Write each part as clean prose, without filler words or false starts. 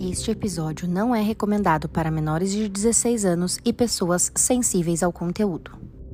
Este episódio não é recomendado para menores de 16 anos e pessoas sensíveis ao conteúdo.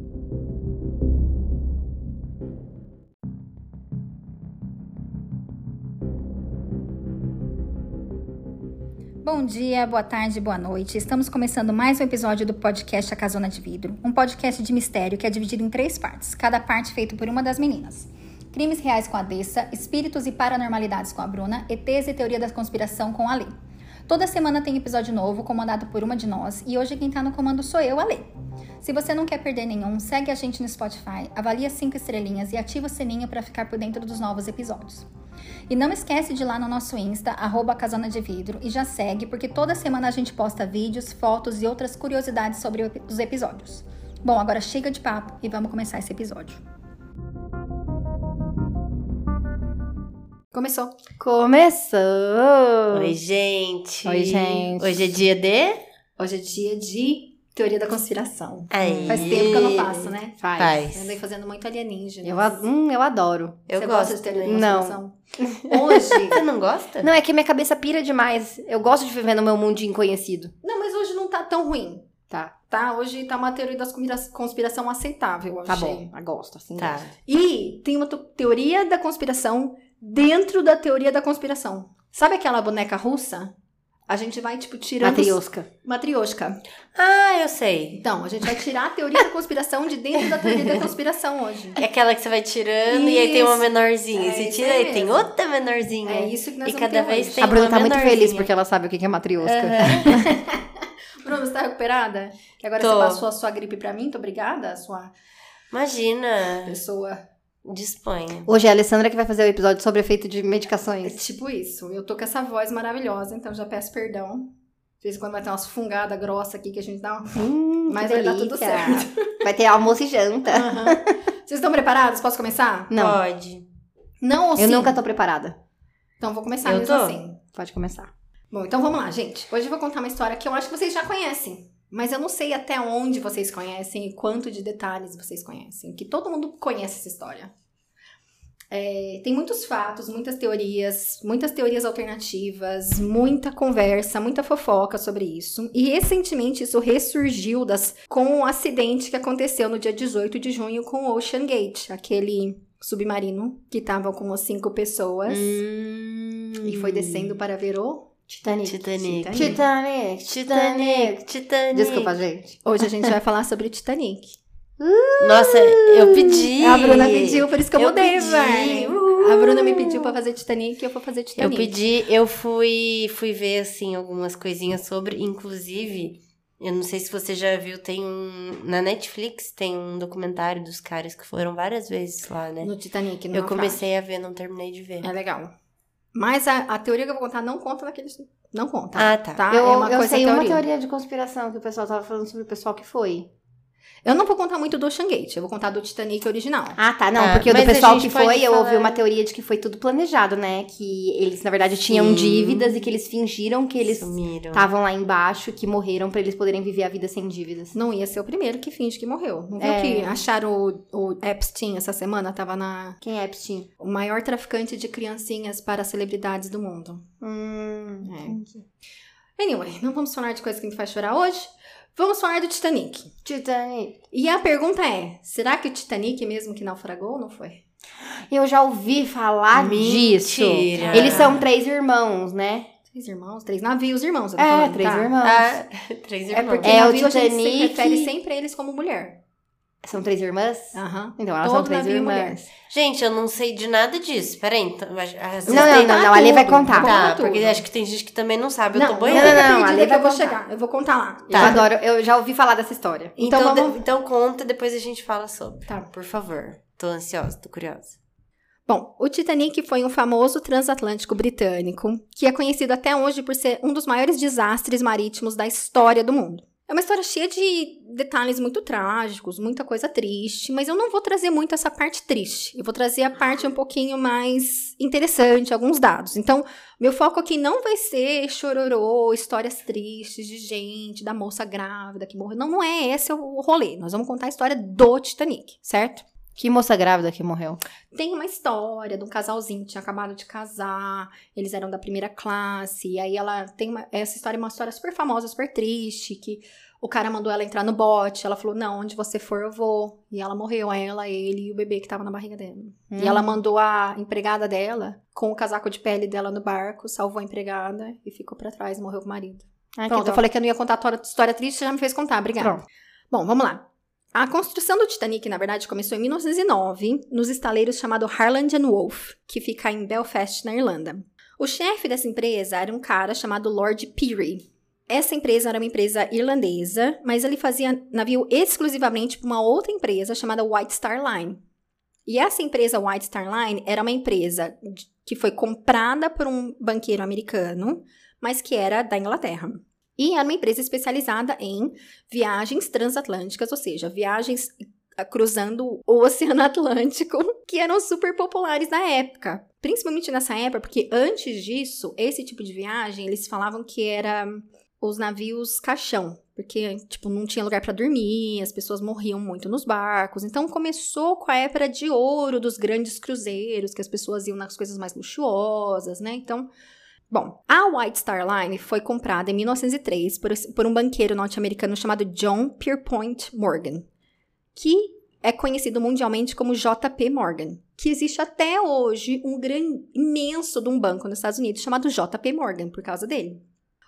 Bom dia, boa tarde, boa noite. Estamos começando mais um episódio do podcast A Casona de Vidro, um podcast de mistério que é dividido em 3 partes, cada parte feito por uma das meninas. Crimes reais com a Dessa, espíritos e paranormalidades com a Bruna, ETs e teoria da conspiração com a Lê. Toda semana tem episódio novo, comandado por uma de nós, e hoje quem tá no comando sou eu, a Lê. Se você não quer perder nenhum, segue a gente no Spotify, avalia 5 estrelinhas e ativa o sininho para ficar por dentro dos novos episódios. E não esquece de ir lá no nosso Insta, @casona-de-vidro, e já segue, porque toda semana a gente posta vídeos, fotos e outras curiosidades sobre os episódios. Bom, agora chega de papo e vamos começar esse episódio. Começou. Começou! Oi, gente! Oi, gente! Hoje é dia de... Hoje é dia de teoria da conspiração. Aí. Faz tempo que eu não faço, né? Faz. Eu andei fazendo muito alienígena. Eu adoro. Eu Você gosto gosta de teoria da Não. conspiração? Hoje... Você não gosta? Não, é que minha cabeça pira demais. Eu gosto de viver no meu mundinho conhecido. Não, mas hoje não tá tão ruim. Tá, hoje tá uma teoria da conspiração aceitável, eu Tá achei. bom, eu gosto, assim. Tá. Gosto. E tem uma teoria da conspiração dentro da teoria da conspiração. Sabe aquela boneca russa? A gente vai, tirando... Matrioshka. Ah, eu sei. Então, a gente vai tirar a teoria da conspiração de dentro da teoria da conspiração hoje. É aquela que você vai tirando e aí tem uma Isso. menorzinha. É você isso tira aí e tem mesmo. outra menorzinha. É isso que nós E vamos cada ter vez hoje. tem A Bruna uma tá muito menorzinha. feliz porque ela sabe o que é matriosca. Bruno, você tá recuperada? Que agora Tô. você passou a sua gripe pra mim, muito obrigada, a sua Imagina. pessoa. Disponha. Hoje é a Alessandra que vai fazer o episódio sobre efeito de É medicações. tipo isso. Eu tô com essa voz maravilhosa, então já peço perdão. De vez em quando vai ter umas fungadas grossas aqui que a gente dá uma... Mas que vai dar tudo delícia. certo. Vai ter almoço e janta. Aham. Vocês estão preparados? Posso começar? Não, Pode. Não ou sim? eu nunca tô preparada. Então vou começar Eu mesmo tô. assim. Pode começar. Bom, então vamos lá, gente. Hoje eu vou contar uma história que eu acho que vocês já conhecem. Mas eu não sei até onde vocês conhecem e quanto de detalhes vocês conhecem. Que todo mundo conhece essa história. Tem muitos fatos, muitas teorias alternativas, muita conversa, muita fofoca sobre isso. E recentemente isso ressurgiu com o acidente que aconteceu no dia 18 de junho com o Ocean Gate, aquele submarino que tava com as 5 pessoas e foi descendo para ver o Titanic. Titanic. Desculpa, gente. Hoje a gente vai falar sobre o Titanic. Nossa, eu pedi. A Bruna pediu, por isso que eu mudei, pedi. velho. A Bruna me pediu pra fazer Titanic e eu vou fazer Eu Titanic. pedi, eu fui ver, assim, algumas coisinhas sobre, inclusive, eu não sei se você já viu, na Netflix tem um documentário dos caras que foram várias vezes lá, né? No Titanic, no Eu naufrágio. comecei a ver, não terminei de ver. É legal. Mas a teoria que eu vou contar não conta naqueles... Não conta. Ah, tá. Eu sei uma teoria de conspiração que o pessoal tava falando sobre o pessoal que foi. Eu não vou contar muito do Ocean Gate, eu vou contar do Titanic original. Ah, tá. Não, Tá, porque o do mas a pessoal gente que foi, pode eu ouvi falar- uma teoria de que foi tudo planejado, né? Que eles, na verdade, tinham Sim. dívidas e que eles fingiram que eles Sumiram. estavam lá embaixo, que morreram pra eles poderem viver a vida sem dívidas. Não ia ser o primeiro que finge que morreu. Não viu É. que acharam o Epstein essa semana? Tava Quem é Epstein? o maior traficante de criancinhas para celebridades do mundo. Entendi. Anyway, não vamos falar de coisa que me faz chorar hoje. Vamos falar do Titanic. Titanic. E a pergunta é, será que o Titanic mesmo que naufragou ou não foi? Eu já ouvi falar disso. Mentira. Eles são 3 irmãos, né? 3 irmãos, 3 navios irmãos, eu tô falando, 3 tá? irmãos. Ah, 3 É irmãos. porque É, o navio a gente se Titanic- refere sempre a eles como mulher. São 3 irmãs? Aham. Então, elas Todo são 3 navio irmãs. mulher. Gente, eu não sei de nada disso. Peraí, então... Não, a Lê vai contar. Tá, tudo. porque acho que tem gente que também não sabe. Eu tô Não, boiando. não, fica a perdida Lê que vai eu vou contar. chegar. Eu vou contar lá. Eu adoro, eu já ouvi falar dessa história. Então Então, vamos- então conta, depois a gente fala sobre. Tá. Por favor. Tô ansiosa, tô curiosa. Bom, o Titanic foi um famoso transatlântico britânico que é conhecido até hoje por ser um dos maiores desastres marítimos da história do mundo. É uma história cheia de detalhes muito trágicos, muita coisa triste, mas eu não vou trazer muito essa parte triste. Eu vou trazer a parte um pouquinho mais interessante, alguns dados. Então, meu foco aqui não vai ser chororô, histórias tristes de gente, da moça grávida que morreu. Não é esse o rolê. Nós vamos contar a história do Titanic, certo? Que moça grávida que morreu? Tem uma história de um casalzinho que tinha acabado de casar, eles eram da primeira classe, e aí ela tem essa história é uma história super famosa, super triste, que o cara mandou ela entrar no bote, ela falou, não, onde você for eu vou, e ela morreu, ela, ele e o bebê que tava na barriga dela. E ela mandou a empregada dela, com o casaco de pele dela no barco, salvou a empregada e ficou pra trás e morreu com o marido. Pronto, eu falei que eu não ia contar a história triste, já me fez contar, obrigada. Pronto. Bom, vamos lá. A construção do Titanic, na verdade, começou em 1909, nos estaleiros chamado Harland & Wolff, que fica em Belfast, na Irlanda. O chefe dessa empresa era um cara chamado Lord Pirrie. Essa empresa era uma empresa irlandesa, mas ele fazia navio exclusivamente para uma outra empresa chamada White Star Line. E essa empresa White Star Line era uma empresa que foi comprada por um banqueiro americano, mas que era da Inglaterra. E era uma empresa especializada em viagens transatlânticas, ou seja, viagens cruzando o Oceano Atlântico, que eram super populares na época. Principalmente nessa época, porque antes disso, esse tipo de viagem, eles falavam que era os navios caixão, porque, tipo, não tinha lugar para dormir, as pessoas morriam muito nos barcos. Então, começou com a época de ouro dos grandes cruzeiros, que as pessoas iam nas coisas mais luxuosas, né? Então... Bom, a White Star Line foi comprada em 1903 por um banqueiro norte-americano chamado John Pierpont Morgan, que é conhecido mundialmente como JP Morgan, que existe até hoje um imenso de um banco nos Estados Unidos chamado JP Morgan, por causa dele.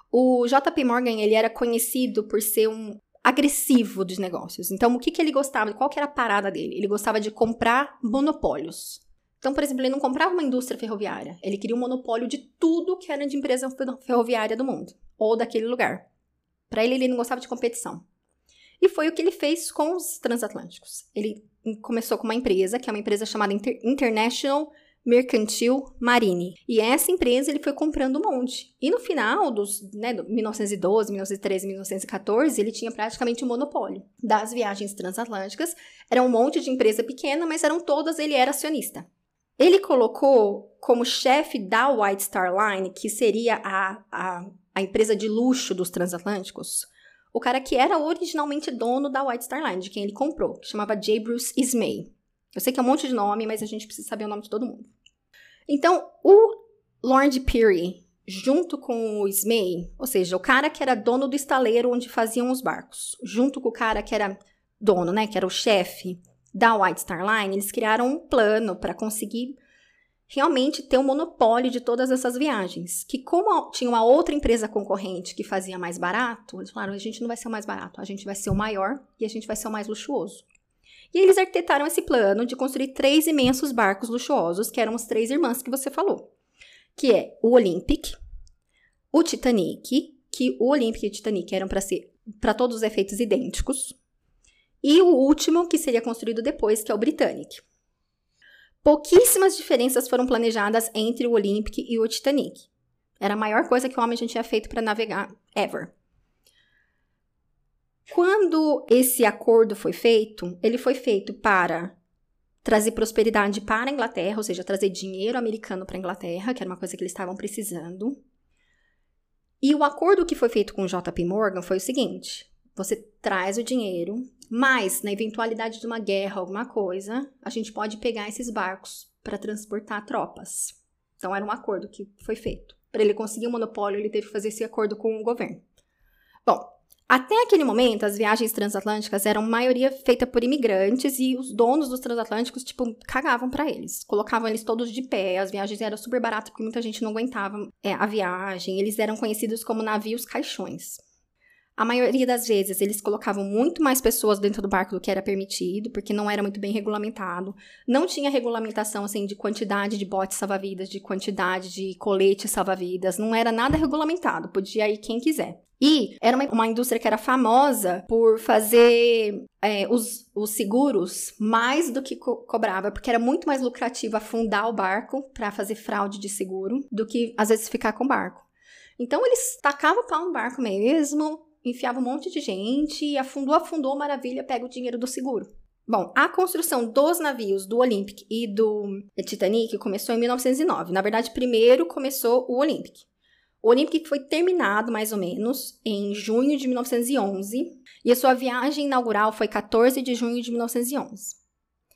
O JP Morgan, ele era conhecido por ser um agressivo dos negócios. Então, o que ele gostava? Qual que era a parada dele? Ele gostava de comprar monopólios. Então, por exemplo, ele não comprava uma indústria ferroviária. Ele queria um monopólio de tudo que era de empresa ferroviária do mundo. Ou daquele lugar. Para ele não gostava de competição. E foi o que ele fez com os transatlânticos. Ele começou com uma empresa, que é uma empresa chamada International Mercantile Marine. E essa empresa ele foi comprando um monte. E no final dos 1912, 1913, 1914, ele tinha praticamente um monopólio das viagens transatlânticas. Era um monte de empresa pequena, mas ele era acionista. Ele colocou como chefe da White Star Line, que seria a empresa de luxo dos transatlânticos, o cara que era originalmente dono da White Star Line, de quem ele comprou, que chamava J. Bruce Ismay. Eu sei que é um monte de nome, mas a gente precisa saber o nome de todo mundo. Então, o Lord Pirrie, junto com o Ismay, ou seja, o cara que era dono do estaleiro onde faziam os barcos, junto com o cara que era dono, né, que era o chefe da White Star Line, eles criaram um plano para conseguir realmente ter um monopólio de todas essas viagens. Que como tinha uma outra empresa concorrente que fazia mais barato, eles falaram, a gente não vai ser o mais barato, a gente vai ser o maior e a gente vai ser o mais luxuoso. E eles arquitetaram esse plano de construir 3 imensos barcos luxuosos, que eram as 3 irmãs que você falou. Que é o Olympic, o Titanic, que o Olympic e o Titanic eram para ser, para todos os efeitos, idênticos. E o último, que seria construído depois, que é o Britannic. Pouquíssimas diferenças foram planejadas entre o Olympic e o Titanic. Era a maior coisa que o homem já tinha feito para navegar, ever. Quando esse acordo foi feito, ele foi feito para trazer prosperidade para a Inglaterra, ou seja, trazer dinheiro americano para a Inglaterra, que era uma coisa que eles estavam precisando. E o acordo que foi feito com o JP Morgan foi o seguinte: você traz o dinheiro, mas na eventualidade de uma guerra, alguma coisa, a gente pode pegar esses barcos para transportar tropas. Então era um acordo que foi feito. Para ele conseguir um monopólio, ele teve que fazer esse acordo com o governo. Bom, até aquele momento, as viagens transatlânticas eram maioria feita por imigrantes e os donos dos transatlânticos, cagavam pra eles. Colocavam eles todos de pé, as viagens eram super baratas porque muita gente não aguentava a viagem. Eles eram conhecidos como navios caixões. A maioria das vezes, eles colocavam muito mais pessoas dentro do barco do que era permitido, porque não era muito bem regulamentado. Não tinha regulamentação, assim, de quantidade de botes salva-vidas, de quantidade de coletes salva-vidas. Não era nada regulamentado, podia ir quem quiser. E era uma indústria que era famosa por fazer os seguros mais do que cobrava, porque era muito mais lucrativo afundar o barco para fazer fraude de seguro do que, às vezes, ficar com o barco. Então, eles tacavam o pau no barco mesmo, enfiava um monte de gente e afundou, maravilha, pega o dinheiro do seguro. Bom, a construção dos navios do Olympic e do Titanic começou em 1909. Na verdade, primeiro começou o Olympic. O Olympic foi terminado, mais ou menos, em junho de 1911 e a sua viagem inaugural foi 14 de junho de 1911.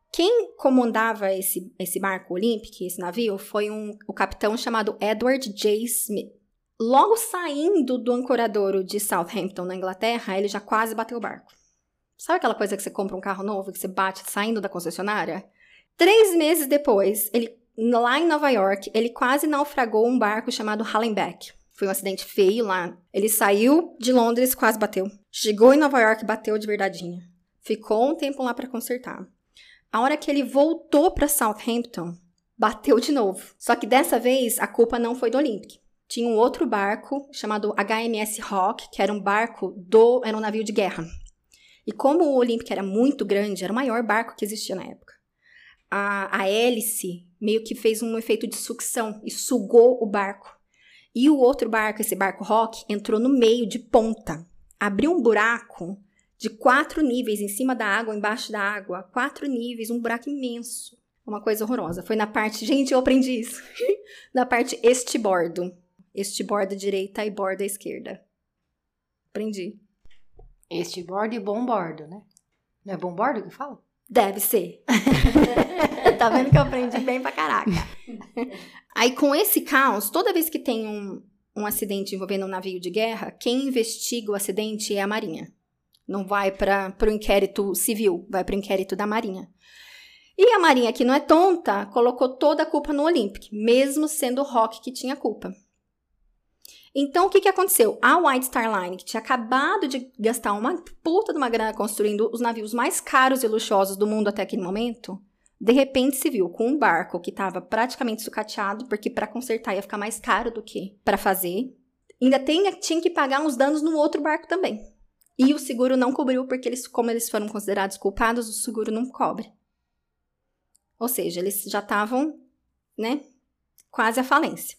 Quem comandava esse barco Olympic, esse navio, foi o capitão chamado Edward J. Smith. Logo saindo do ancoradouro de Southampton, na Inglaterra, ele já quase bateu o barco. Sabe aquela coisa que você compra um carro novo, que você bate saindo da concessionária? 3 meses depois, lá em Nova York, ele quase naufragou um barco chamado Hallenbeck. Foi um acidente feio lá. Ele saiu de Londres, quase bateu. Chegou em Nova York, bateu de verdadeinha. Ficou um tempo lá para consertar. A hora que ele voltou para Southampton, bateu de novo. Só que dessa vez, a culpa não foi do Olympic. Tinha um outro barco chamado HMS Rock, que era um era um navio de guerra. E como o Olympic era muito grande, era o maior barco que existia na época, a hélice meio que fez um efeito de sucção e sugou o barco. E o outro barco, esse barco Rock, entrou no meio de ponta. Abriu um buraco de 4 níveis em cima da água, embaixo da água. 4 níveis, um buraco imenso. Uma coisa horrorosa. Foi na parte... Gente, eu aprendi isso. Na parte estibordo. Estibordo direita e bordo esquerda. Aprendi. Estibordo e bombordo, né? Não é bombordo que fala? Deve ser. Tá vendo que eu aprendi bem pra caraca. Aí, com esse caos, toda vez que tem um acidente envolvendo um navio de guerra, quem investiga o acidente é a Marinha. Não vai para o inquérito civil, vai para o inquérito da Marinha. E a Marinha, que não é tonta, colocou toda a culpa no Olympic, mesmo sendo o Rock que tinha culpa. Então, o que aconteceu? A White Star Line, que tinha acabado de gastar uma puta de uma grana construindo os navios mais caros e luxuosos do mundo até aquele momento, de repente se viu com um barco que estava praticamente sucateado, porque para consertar ia ficar mais caro do que para fazer. Ainda tinha que pagar uns danos no outro barco também. E o seguro não cobriu, porque como eles foram considerados culpados, o seguro não cobre. Ou seja, eles já estavam, né, quase à falência.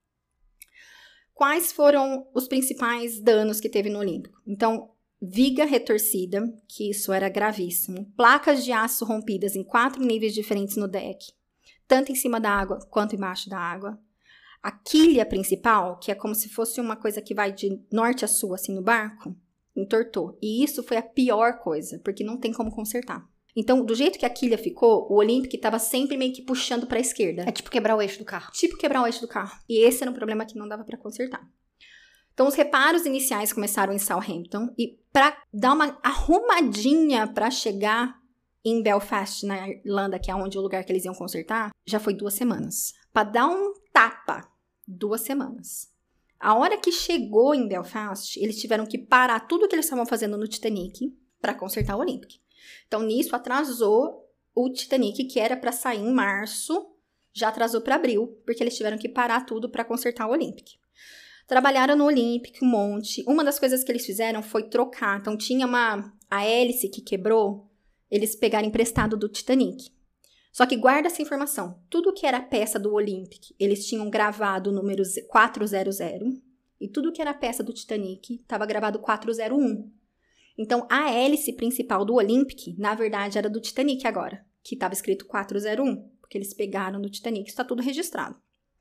Quais foram os principais danos que teve no Olímpico? Então, viga retorcida, que isso era gravíssimo. Placas de aço rompidas em 4 níveis diferentes no deck, tanto em cima da água quanto embaixo da água. A quilha principal, que é como se fosse uma coisa que vai de norte a sul, assim, no barco, entortou. E isso foi a pior coisa, porque não tem como consertar. Então, do jeito que a quilha ficou, o Olympic estava sempre meio que puxando para a esquerda. É tipo quebrar o eixo do carro. Tipo quebrar o eixo do carro. E esse era um problema que não dava para consertar. Então, os reparos iniciais começaram em Southampton. E para dar uma arrumadinha para chegar em Belfast, na Irlanda, que é onde o lugar que eles iam consertar, já foi 2 semanas. Para dar um tapa, 2 semanas. A hora que chegou em Belfast, eles tiveram que parar tudo o que eles estavam fazendo no Titanic para consertar o Olympic. Então, nisso, atrasou o Titanic, que era para sair em março, já atrasou para abril, porque eles tiveram que parar tudo para consertar o Olympic. Trabalharam no Olympic um monte. Uma das coisas que eles fizeram foi trocar. Então, tinha a hélice que quebrou, eles pegaram emprestado do Titanic. Só que guarda essa informação. Tudo que era peça do Olympic, eles tinham gravado o número 400. E tudo que era peça do Titanic estava gravado 401. Então, a hélice principal do Olympic, na verdade, era do Titanic agora, que estava escrito 401, porque eles pegaram do Titanic, isso está tudo registrado.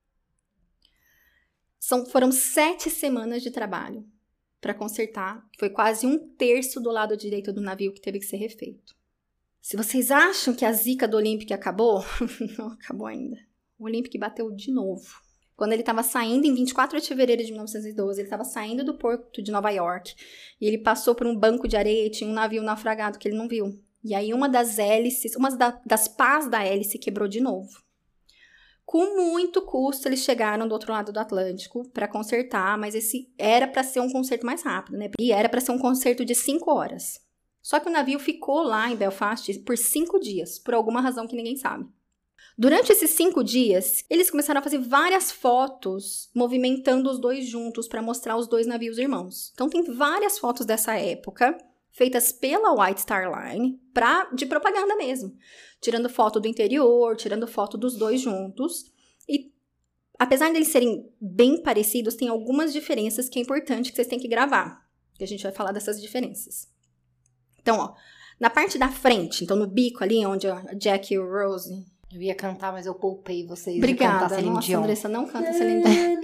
Foram 7 semanas de trabalho para consertar, foi quase 1/3 do lado direito do navio que teve que ser refeito. Se vocês acham que a zica do Olympic acabou, não acabou ainda. O Olympic bateu de novo. Quando ele estava saindo, em 24 de fevereiro de 1912, ele estava saindo do porto de Nova York. E ele passou por um banco de areia e tinha um navio naufragado que ele não viu. E aí uma das hélices, das pás da hélice quebrou de novo. Com muito custo, eles chegaram do outro lado do Atlântico para consertar, mas esse era para ser um conserto mais rápido, né? E era para ser um conserto de 5 horas. Só que o navio ficou lá em Belfast por 5 dias, por alguma razão que ninguém sabe. Durante esses 5 dias, eles começaram a fazer várias fotos movimentando os dois juntos para mostrar os 2 navios irmãos. Então, tem várias fotos dessa época, feitas pela White Star Line, de propaganda mesmo. Tirando foto do interior, tirando foto dos 2 juntos. E, apesar deles serem bem parecidos, tem algumas diferenças que é importante que vocês têm que gravar. Que a gente vai falar dessas diferenças. Então, ó, na parte da frente, então no bico ali, onde a Jack e o Rose... Eu ia cantar, mas eu poupei vocês. Obrigada. De cantar Celine Nossa, Dion. Andressa, não canta Celine Dion.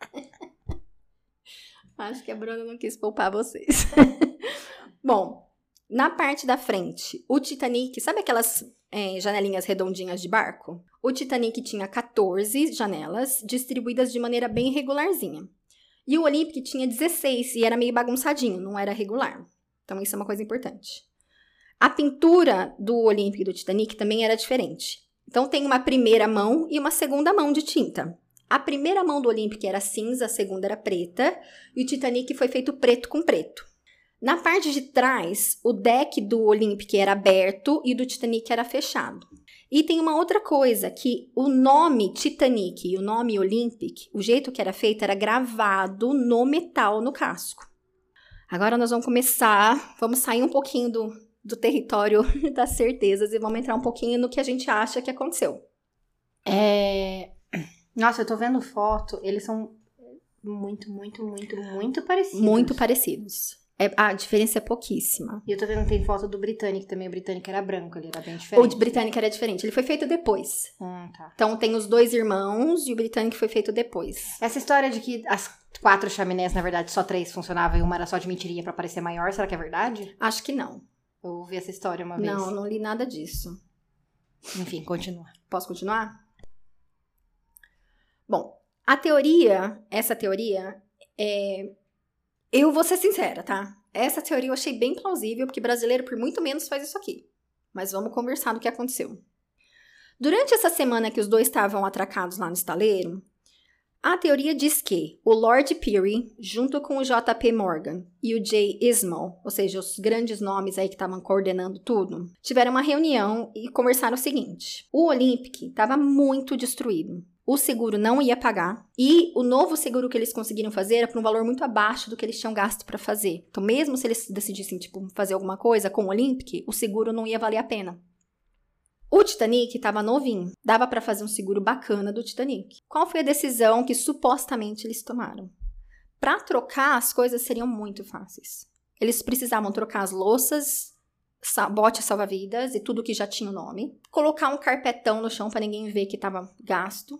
Acho que a Bruna não quis poupar vocês. Bom, Na parte da frente, o Titanic, sabe aquelas janelinhas redondinhas de barco? O Titanic tinha 14 janelas, distribuídas de maneira bem regularzinha. E o Olympic tinha 16 e era meio bagunçadinho, não era regular. Então isso é uma coisa importante. A pintura do Olympic e do Titanic também era diferente. Então tem uma primeira mão e uma segunda mão de tinta. A primeira mão do Olympic era cinza, a segunda era preta, e o Titanic foi feito preto com preto. Na parte de trás, o deck do Olympic era aberto e do Titanic era fechado. E tem uma outra coisa, que o nome Titanic e o nome Olympic, o jeito que era feito era gravado no metal, no casco. Agora nós vamos sair um pouquinho do território das certezas e vamos entrar um pouquinho no que a gente acha que aconteceu. Nossa, eu tô vendo foto, eles são muito, muito, muito, muito parecidos. Muito parecidos. A diferença é pouquíssima. E eu tô vendo que tem foto do Britannic também. O Britannic era branco, ele era bem diferente. O Britannic era diferente. Ele foi feito depois. Tá. Então, tem os 2 irmãos e o Britannic foi feito depois. Essa história de que as 4 chaminés, na verdade, só 3 funcionavam e uma era só de mentirinha pra parecer maior, será que é verdade? Acho que não. Eu ouvi essa história uma vez. Não li nada disso. Enfim, continua. Posso continuar? Bom, essa teoria eu vou ser sincera, tá? Essa teoria eu achei bem plausível, porque brasileiro por muito menos faz isso aqui. Mas vamos conversar do que aconteceu. Durante essa semana que os 2 estavam atracados lá no estaleiro, a teoria diz que o Lord Peary, junto com o J.P. Morgan e o J. Ismay, ou seja, os grandes nomes aí que estavam coordenando tudo, tiveram uma reunião e conversaram o seguinte. O Olympic estava muito destruído. O seguro não ia pagar e o novo seguro que eles conseguiram fazer era por um valor muito abaixo do que eles tinham gasto para fazer. Então, mesmo se eles decidissem fazer alguma coisa com o Olympic, o seguro não ia valer a pena. O Titanic estava novinho, dava para fazer um seguro bacana do Titanic. Qual foi a decisão que supostamente eles tomaram? Para trocar, as coisas seriam muito fáceis. Eles precisavam trocar as louças, bote salva-vidas e tudo que já tinha o nome, colocar um carpetão no chão para ninguém ver que estava gasto,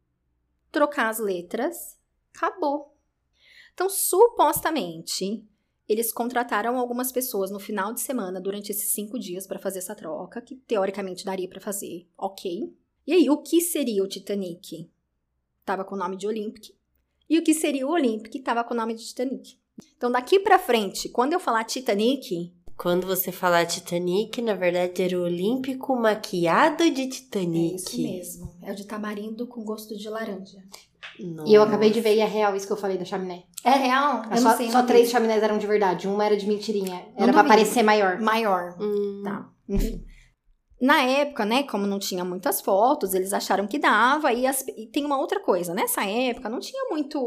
trocar as letras, acabou. Então, supostamente, eles contrataram algumas pessoas no final de semana, durante esses 5 dias, para fazer essa troca, que teoricamente daria para fazer, ok. E aí, o que seria o Titanic? Tava com o nome de Olympic. E o que seria o Olympic? Tava com o nome de Titanic. Então, daqui para frente, quando eu falar Titanic... Quando você falar Titanic, na verdade era o Olímpico maquiado de Titanic. É isso mesmo. É o de tamarindo com gosto de laranja. Nossa. E eu acabei de ver e é real isso que eu falei da chaminé. É real? Eu não sei. Só 3 chaminés eram de verdade. Uma era de mentirinha. Era pra parecer maior. Maior. Tá. Enfim. Na época, né, como não tinha muitas fotos, eles acharam que dava. E tem uma outra coisa. Nessa época, não tinha muito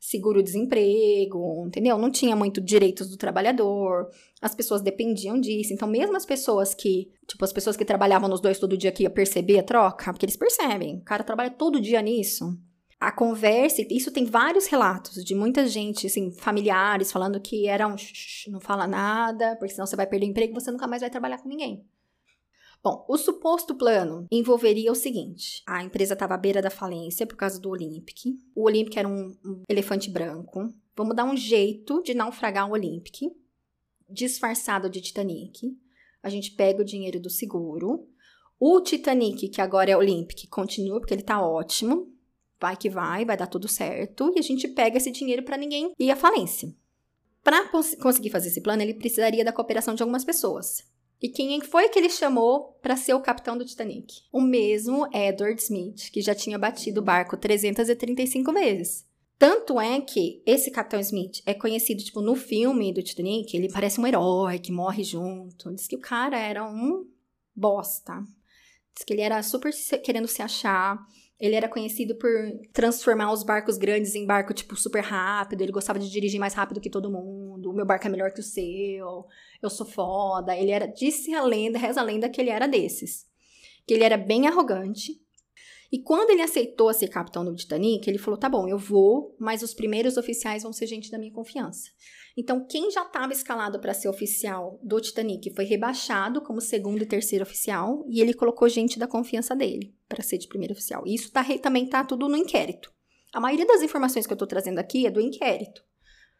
seguro-desemprego, entendeu? Não tinha muito direitos do trabalhador. As pessoas dependiam disso. Então, mesmo as pessoas que trabalhavam nos 2 todo dia que ia perceber a troca, porque eles percebem. O cara trabalha todo dia nisso. A conversa, isso tem vários relatos de muita gente, assim, familiares, falando que era não fala nada, porque senão você vai perder o emprego e você nunca mais vai trabalhar com ninguém. Bom, o suposto plano envolveria o seguinte. A empresa estava à beira da falência por causa do Olympic. O Olympic era um elefante branco. Vamos dar um jeito de naufragar o Olympic, disfarçado de Titanic. A gente pega o dinheiro do seguro. O Titanic, que agora é Olympic, continua, porque ele tá ótimo. Vai que vai dar tudo certo. E a gente pega esse dinheiro para ninguém ir à falência. Para conseguir fazer esse plano, ele precisaria da cooperação de algumas pessoas. E quem foi que ele chamou para ser o capitão do Titanic? O mesmo Edward Smith, que já tinha batido o barco 335 vezes. Tanto é que esse Capitão Smith é conhecido, tipo, no filme do Titanic, ele parece um herói que morre junto. Diz que o cara era um bosta. Diz que ele era super querendo se achar. Ele era conhecido por transformar os barcos grandes em barco, tipo, super rápido. Ele gostava de dirigir mais rápido que todo mundo. O meu barco é melhor que o seu. Eu sou foda. Ele era, disse a lenda, reza a lenda que ele era desses. Que ele era bem arrogante. E quando ele aceitou ser capitão do Titanic, ele falou, tá bom, eu vou, mas os primeiros oficiais vão ser gente da minha confiança. Então, quem já estava escalado para ser oficial do Titanic foi rebaixado como segundo e terceiro oficial, e ele colocou gente da confiança dele para ser de primeiro oficial. E isso também tá tudo no inquérito. A maioria das informações que eu tô trazendo aqui é do inquérito.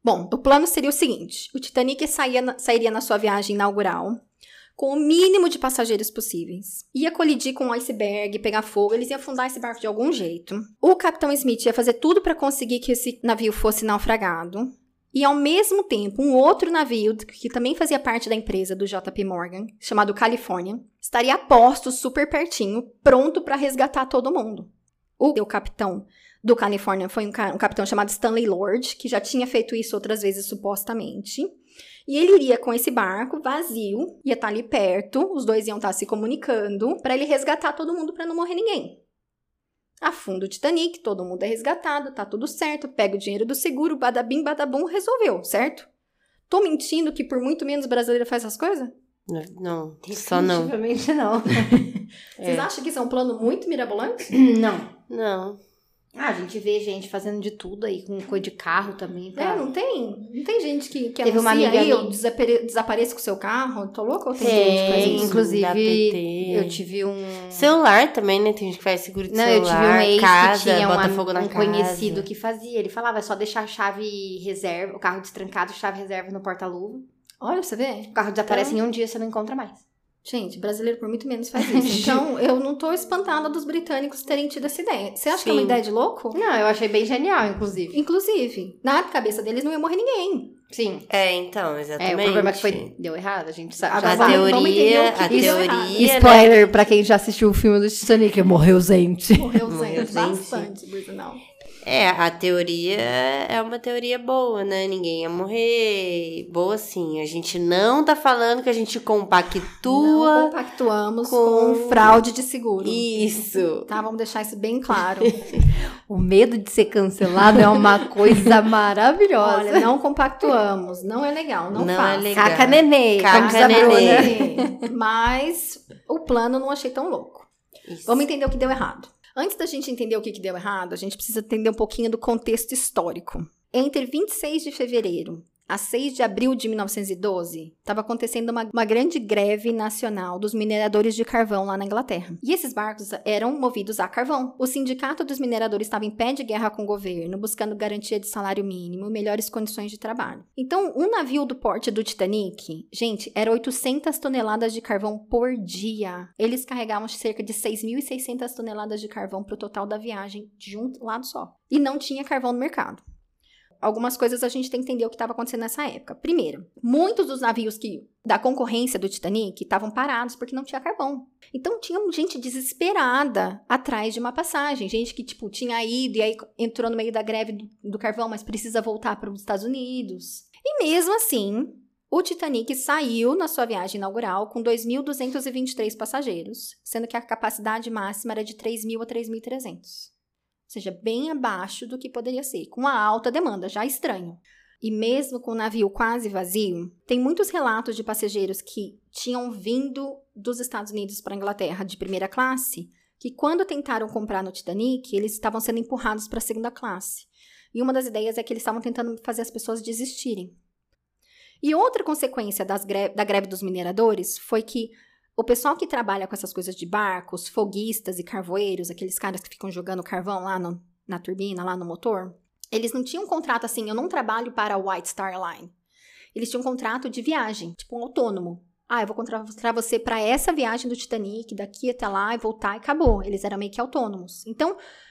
Bom, o plano seria o seguinte. O Titanic sairia na sua viagem inaugural com o mínimo de passageiros possíveis. Ia colidir com um iceberg, pegar fogo, eles iam afundar esse barco de algum jeito. O Capitão Smith ia fazer tudo para conseguir que esse navio fosse naufragado. E, ao mesmo tempo, um outro navio, que também fazia parte da empresa do JP Morgan, chamado California, estaria a posto, super pertinho, pronto para resgatar todo mundo. O capitão do California foi um capitão chamado Stanley Lord, que já tinha feito isso outras vezes, supostamente. E ele iria com esse barco vazio, ia estar ali perto, os dois iam estar se comunicando, para ele resgatar todo mundo para não morrer ninguém. Afunda o Titanic, todo mundo é resgatado, tá tudo certo, pega o dinheiro do seguro, badabim, badabum, resolveu, certo? Tô mentindo que por muito menos brasileiro faz essas coisas? Não, só não. Definitivamente não. Vocês acham que isso é um plano muito mirabolante? Não. A gente vê gente fazendo de tudo aí, com coisa de carro também. Não tem gente que Teve uma anuncia amiga aí, minha- eu desapareço com o seu carro, tô louca ou tem gente que faz Tem, isso? inclusive, dá PT. eu tive um... Celular também, né? Tem gente que faz seguro de Não, eu celular, tive um ex casa, que tinha bota fogo na um casa. conhecido que fazia. Ele falava, é só deixar a chave reserva, o carro destrancado, chave reserva no porta-luva. Olha, você vê? O carro desaparece em um dia, você não encontra mais. Gente, brasileiro por muito menos faz isso. Então, eu não tô espantada dos britânicos terem tido essa ideia. Você acha que é uma Sim. ideia de louco? Não, eu achei bem genial, inclusive. Inclusive, na cabeça deles não ia morrer ninguém. Sim. Então, exatamente. O problema é que deu errado, a gente sabe. Agora Já vamos sabe. entender o que a deu teoria, né? Spoiler pra quem já assistiu o filme do Titanic, morreu gente. Morreu Morreu gente, gente. bastante, por sinal. A teoria é uma teoria boa, né? Ninguém ia morrer. Boa, sim. A gente não tá falando que a gente Não compactua. compactuamos com- com fraude de seguro. Isso. Tá, vamos deixar isso bem claro. O medo de ser cancelado é uma coisa maravilhosa. Olha, não compactuamos, não é legal, não Não faça. é legal. Caca nenê, Caca como diz a Bruna. nenê. Mas o plano não achei tão louco. Isso. Vamos entender o que deu errado. Antes da gente entender o que deu errado, a gente precisa entender um pouquinho do contexto histórico. Entre 26 de fevereiro a 6 de abril de 1912, estava acontecendo uma grande greve nacional dos mineradores de carvão lá na Inglaterra. E esses barcos eram movidos a carvão. O sindicato dos mineradores estava em pé de guerra com o governo, buscando garantia de salário mínimo e melhores condições de trabalho. Então, um navio do porte do Titanic, gente, era 800 toneladas de carvão por dia. Eles carregavam cerca de 6.600 toneladas de carvão para o total da viagem de um lado só. E não tinha carvão no mercado. Algumas coisas a gente tem que entender o que estava acontecendo nessa época. Primeiro, muitos dos navios da concorrência do Titanic estavam parados porque não tinha carvão. Então, tinha gente desesperada atrás de uma passagem. Gente que, tinha ido e aí entrou no meio da greve do carvão, mas precisa voltar para os Estados Unidos. E mesmo assim, o Titanic saiu na sua viagem inaugural com 2.223 passageiros, sendo que a capacidade máxima era de 3.000 a 3.300. Ou seja, bem abaixo do que poderia ser, com uma alta demanda, já estranho. E mesmo com o navio quase vazio, tem muitos relatos de passageiros que tinham vindo dos Estados Unidos para a Inglaterra de primeira classe, que quando tentaram comprar no Titanic, eles estavam sendo empurrados para a segunda classe. E uma das ideias é que eles estavam tentando fazer as pessoas desistirem. E outra consequência da greve dos mineradores foi que o pessoal que trabalha com essas coisas de barcos, foguistas e carvoeiros, aqueles caras que ficam jogando carvão lá na turbina, lá no motor, eles não tinham um contrato assim, eu não trabalho para a White Star Line. Eles tinham um contrato de viagem, um autônomo. Eu vou contratar você para essa viagem do Titanic, daqui até lá e voltar e acabou. Eles eram meio que autônomos. Então,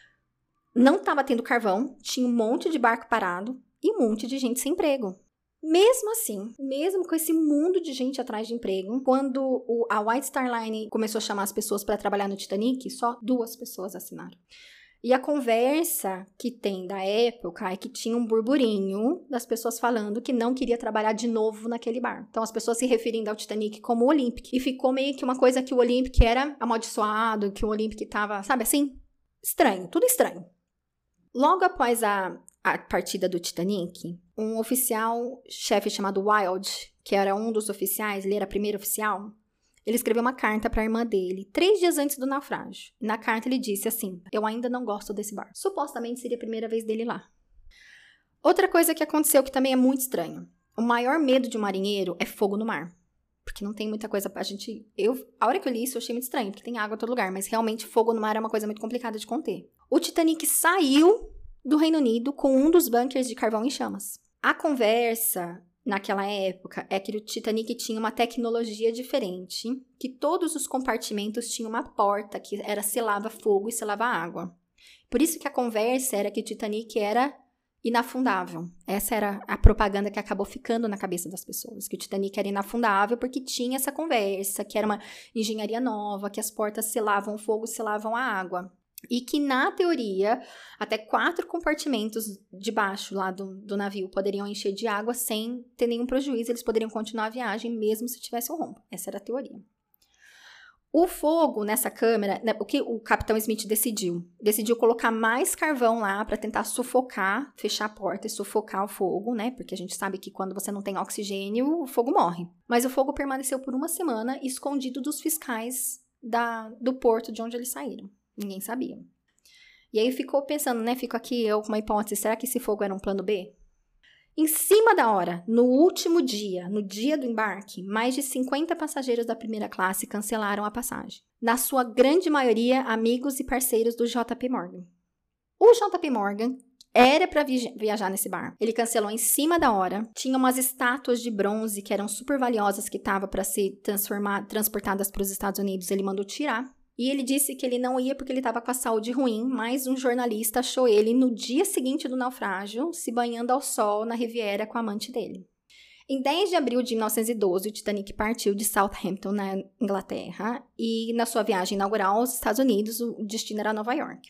não estava tendo carvão, tinha um monte de barco parado e um monte de gente sem emprego. Mesmo assim, mesmo com esse mundo de gente atrás de emprego, quando a White Star Line começou a chamar as pessoas para trabalhar no Titanic, só 2 pessoas assinaram. E a conversa que tem da época é que tinha um burburinho das pessoas falando que não queria trabalhar de novo naquele barco. Então, as pessoas se referindo ao Titanic como o Olympic. E ficou meio que uma coisa que o Olympic era amaldiçoado, que o Olympic estava, sabe assim? Estranho, tudo estranho. Logo após a partida do Titanic, um oficial-chefe chamado Wild, que era um dos oficiais, ele era primeiro oficial, ele escreveu uma carta para a irmã dele, 3 dias antes do naufrágio. Na carta ele disse assim, eu ainda não gosto desse barco. Supostamente seria a primeira vez dele lá. Outra coisa que aconteceu que também é muito estranho. O maior medo de um marinheiro é fogo no mar. Porque não tem muita coisa pra gente... A hora que eu li isso eu achei muito estranho, porque tem água em todo lugar, mas realmente fogo no mar é uma coisa muito complicada de conter. O Titanic saiu do Reino Unido com um dos bunkers de carvão em chamas. A conversa naquela época é que o Titanic tinha uma tecnologia diferente, que todos os compartimentos tinham uma porta que selava fogo e selava água. Por isso que a conversa era que o Titanic era inafundável. Essa era a propaganda que acabou ficando na cabeça das pessoas, que o Titanic era inafundável porque tinha essa conversa, que era uma engenharia nova, que as portas selavam o fogo, selavam a água. E que, na teoria, até 4 compartimentos de baixo lá do navio poderiam encher de água sem ter nenhum prejuízo, eles poderiam continuar a viagem mesmo se tivesse um rombo. Essa era a teoria. O fogo nessa câmera, o que o capitão Smith decidiu? Decidiu colocar mais carvão lá para tentar sufocar, fechar a porta e sufocar o fogo, né? Porque a gente sabe que quando você não tem oxigênio, o fogo morre. Mas o fogo permaneceu por 1 semana escondido dos fiscais do porto de onde eles saíram. Ninguém sabia. E aí ficou pensando, né? Fico aqui eu com uma hipótese, será que esse fogo era um plano B? Em cima da hora, no último dia, no dia do embarque, mais de 50 passageiros da primeira classe cancelaram a passagem. Na sua grande maioria, amigos e parceiros do JP Morgan. O JP Morgan era para viajar nesse barco. Ele cancelou em cima da hora. Tinha umas estátuas de bronze que eram super valiosas que estavam para ser transportadas para os Estados Unidos. Ele mandou tirar. E ele disse que ele não ia porque ele estava com a saúde ruim, mas um jornalista achou ele no dia seguinte do naufrágio, se banhando ao sol na Riviera com a amante dele. Em 10 de abril de 1912, o Titanic partiu de Southampton, na Inglaterra, e na sua viagem inaugural aos Estados Unidos, o destino era Nova York.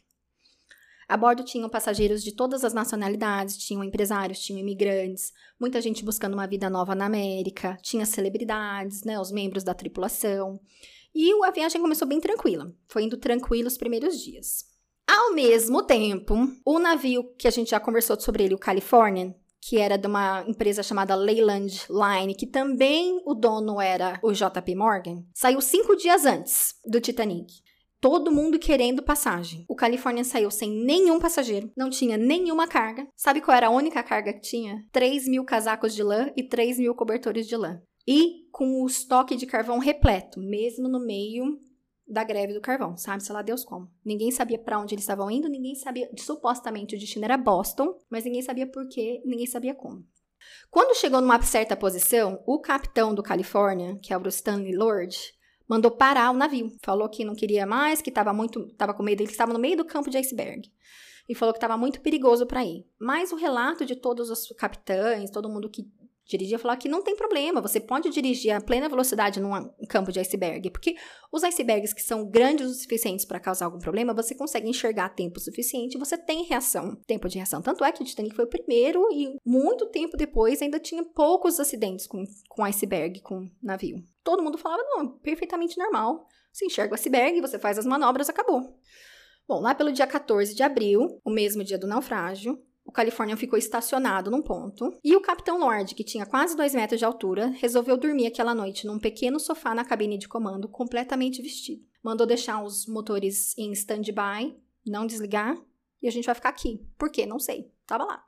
A bordo tinham passageiros de todas as nacionalidades, tinham empresários, tinham imigrantes, muita gente buscando uma vida nova na América, tinha celebridades, né, os membros da tripulação. E a viagem começou bem tranquila. Foi indo tranquilo os primeiros dias. Ao mesmo tempo, o navio que a gente já conversou sobre ele, o Californian, que era de uma empresa chamada Leyland Line, que também o dono era o JP Morgan, saiu 5 dias antes do Titanic. Todo mundo querendo passagem. O Californian saiu sem nenhum passageiro, não tinha nenhuma carga. Sabe qual era a única carga que tinha? 3.000 casacos de lã e 3.000 cobertores de lã. E com o estoque de carvão repleto, mesmo no meio da greve do carvão, sabe-se lá Deus como. Ninguém sabia para onde eles estavam indo, ninguém sabia, supostamente o destino era Boston, mas ninguém sabia por quê, ninguém sabia como. Quando chegou numa certa posição, o capitão do California, que é o Stanley Lord, mandou parar o navio. Falou que não queria mais, que estava com medo, ele estava no meio do campo de iceberg. E falou que estava muito perigoso para ir. Mas o relato de todos os capitães, todo mundo que dirigia, falou que não tem problema, você pode dirigir a plena velocidade num campo de iceberg, porque os icebergs que são grandes o suficientes para causar algum problema, você consegue enxergar tempo suficiente, você tem tempo de reação. Tanto é que o Titanic foi o primeiro e muito tempo depois ainda tinha poucos acidentes com iceberg, com navio. Todo mundo falava, não, perfeitamente normal, você enxerga o iceberg, você faz as manobras, acabou. Bom, lá pelo dia 14 de abril, o mesmo dia do naufrágio, o Californian ficou estacionado num ponto e o capitão Lord, que tinha quase 2 metros de altura, resolveu dormir aquela noite num pequeno sofá na cabine de comando, completamente vestido. Mandou deixar os motores em stand-by, não desligar, e a gente vai ficar aqui. Por quê? Não sei. Tava lá.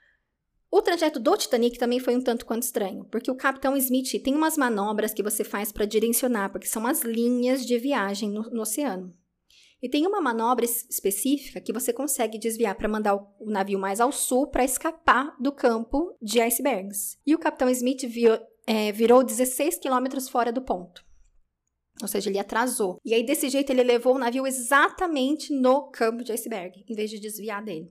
O trajeto do Titanic também foi um tanto quanto estranho, porque o capitão Smith tem umas manobras que você faz para direcionar, porque são as linhas de viagem no oceano. E tem uma manobra específica que você consegue desviar para mandar o navio mais ao sul para escapar do campo de icebergs. E o capitão Smith virou 16 quilômetros fora do ponto. Ou seja, ele atrasou. E aí, desse jeito, ele levou o navio exatamente no campo de iceberg, em vez de desviar dele.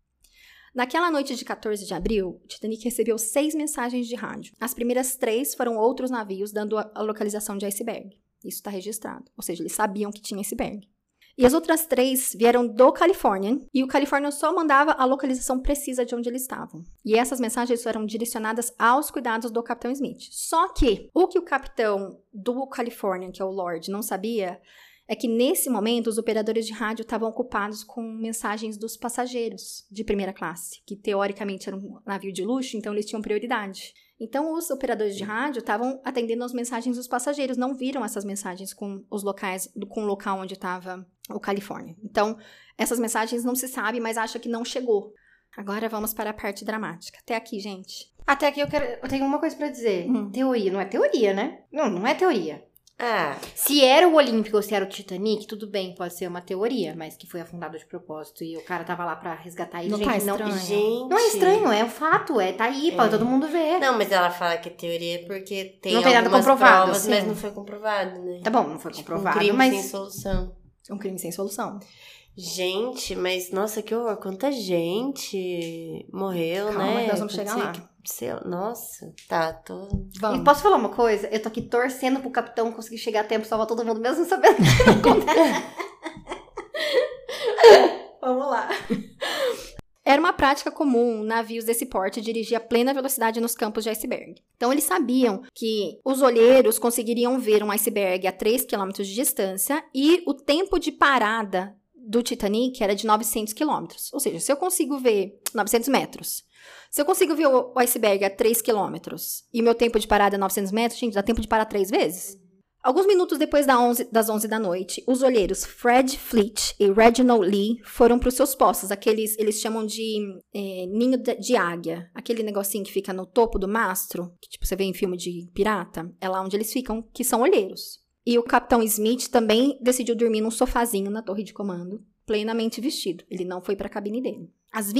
Naquela noite de 14 de abril, o Titanic recebeu 6 mensagens de rádio. As primeiras 3 foram outros navios dando a localização de iceberg. Isso está registrado. Ou seja, eles sabiam que tinha iceberg. E as outras 3 vieram do Californian, e o Californian só mandava a localização precisa de onde eles estavam. E essas mensagens eram direcionadas aos cuidados do capitão Smith. Só que o capitão do Californian, que é o Lord, não sabia é que nesse momento os operadores de rádio estavam ocupados com mensagens dos passageiros de primeira classe, que teoricamente era um navio de luxo, então eles tinham prioridade. Então, os operadores de rádio estavam atendendo as mensagens dos passageiros, não viram essas mensagens com o local onde estava o California. Então, essas mensagens não se sabe, mas acha que não chegou. Agora vamos para a parte dramática. Até aqui, gente. Até aqui eu tenho uma coisa pra dizer. Teoria, não é teoria, né? Não é teoria. Se era o Olímpico ou se era o Titanic, tudo bem, pode ser uma teoria, mas que foi afundado de propósito e o cara tava lá pra resgatar ele. Não tá estranho. Gente. Não é estranho, é um fato, tá aí, pode todo mundo ver. Não, mas ela fala que é teoria porque tem não tem nada algumas comprovado, provas, sim. mas não foi comprovado, né? Tá bom, não foi comprovado, Um crime mas... sem solução. Um crime sem solução. Gente, mas nossa, que horror. Quanta gente morreu, Calma, né? que nós vamos chegar lá. Nossa, tá, E posso falar uma coisa? Eu tô aqui torcendo pro capitão conseguir chegar a tempo e salvar todo mundo, mesmo sabendo que não acontece. Vamos lá. Era uma prática comum navios desse porte dirigir a plena velocidade nos campos de iceberg. Então, eles sabiam que os olheiros conseguiriam ver um iceberg a 3 km de distância e o tempo de parada do Titanic era de 900 km. Ou seja, se eu consigo ver 900 metros, se eu consigo ver o iceberg a 3 km e meu tempo de parada é 900 metros, gente, dá tempo de parar 3 vezes? Alguns minutos depois das 11 da noite, os olheiros Fred Fleet e Reginald Lee foram para os seus postos, aqueles, eles chamam de ninho de águia, aquele negocinho que fica no topo do mastro, que tipo, você vê em filme de pirata, é lá onde eles ficam, que são olheiros. E o capitão Smith também decidiu dormir num sofazinho na torre de comando, plenamente vestido, ele não foi para a cabine dele. Às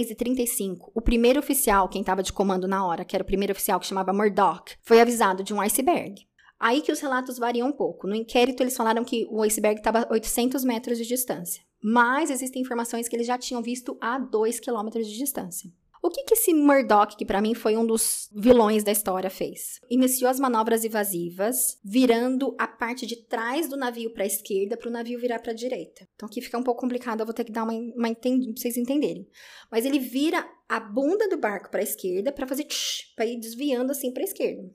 23h35, o primeiro oficial, quem estava de comando na hora, que era o primeiro oficial que chamava Murdoch, foi avisado de um iceberg. Aí que os relatos variam um pouco. No inquérito, eles falaram que o iceberg estava a 800 metros de distância. Mas existem informações que eles já tinham visto a 2 quilômetros de distância. O que esse Murdoch, que para mim foi um dos vilões da história, fez? Iniciou as manobras evasivas, virando a parte de trás do navio para a esquerda para o navio virar para a direita. Então aqui fica um pouco complicado, eu vou ter que dar uma para vocês entenderem. Mas ele vira a bunda do barco para a esquerda para fazer para ir desviando assim para a esquerda.